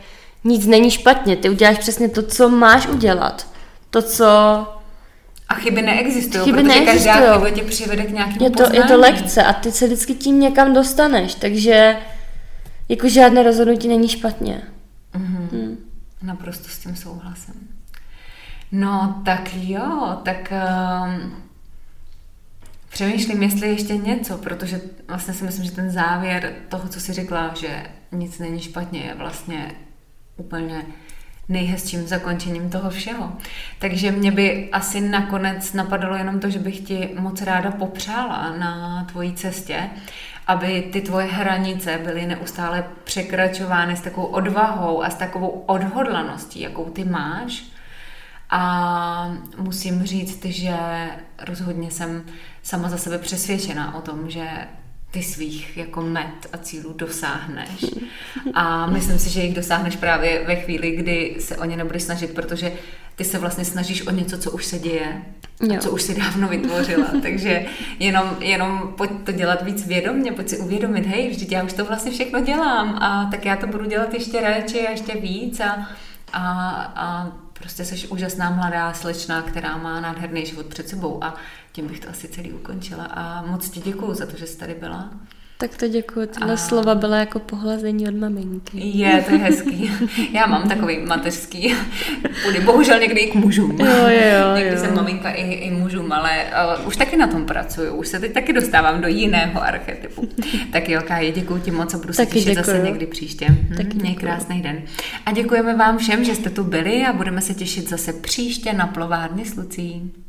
nic není špatně, ty uděláš přesně to, co máš udělat. To, co... A chyby neexistují, chyby protože neexistujou. každá chyba tě přivede k nějakému je to, poznání. je to lekce a ty se vždycky tím někam dostaneš, takže jako žádné rozhodnutí není špatně. Mm-hmm. Hmm. Naprosto s tím souhlasem. No, tak jo, tak um, přemýšlím, jestli ještě něco, protože vlastně si myslím, že ten závěr toho, co jsi řekla, že nic není špatně, je vlastně úplně nejhezčím zakončením toho všeho. Takže mě by asi nakonec napadalo jenom to, že bych ti moc ráda popřála na tvojí cestě, aby ty tvoje hranice byly neustále překračovány s takovou odvahou a s takovou odhodlaností, jakou ty máš. A musím říct, že rozhodně jsem sama za sebe přesvědčená o tom, že ty svých jako met a cílů dosáhneš. A myslím si, že jich dosáhneš právě ve chvíli, kdy se o ně nebudeš snažit, protože ty se vlastně snažíš o něco, co už se děje, a co už si dávno vytvořila. Takže jenom, jenom pojď to dělat víc vědomně, pojď si uvědomit, hej, vždyť já už to vlastně všechno dělám a tak já to budu dělat ještě radši a ještě víc a, a, a prostě jsi úžasná mladá slečna, která má nádherný život před sebou a tím bych to asi celý ukončila. A moc ti děkuju za to, že jsi tady byla. Tak to děkuju. Tyhle a... slova byla jako pohlazení od maminky. Je, to je hezký. Já mám takový mateřský půdy. Bohužel někdy i k mužům. Jo, jo, jo. Někdy jsem maminka i, i mužům, ale uh, už taky na tom pracuju. Už se teď taky dostávám do jiného archetypu. Tak jo, Káji, děkuju ti moc a budu se těšit zase někdy příště. Hm, měj krásný den. A děkujeme vám všem, že jste tu byli a budeme se těšit zase příště na Plovárně s Lucí.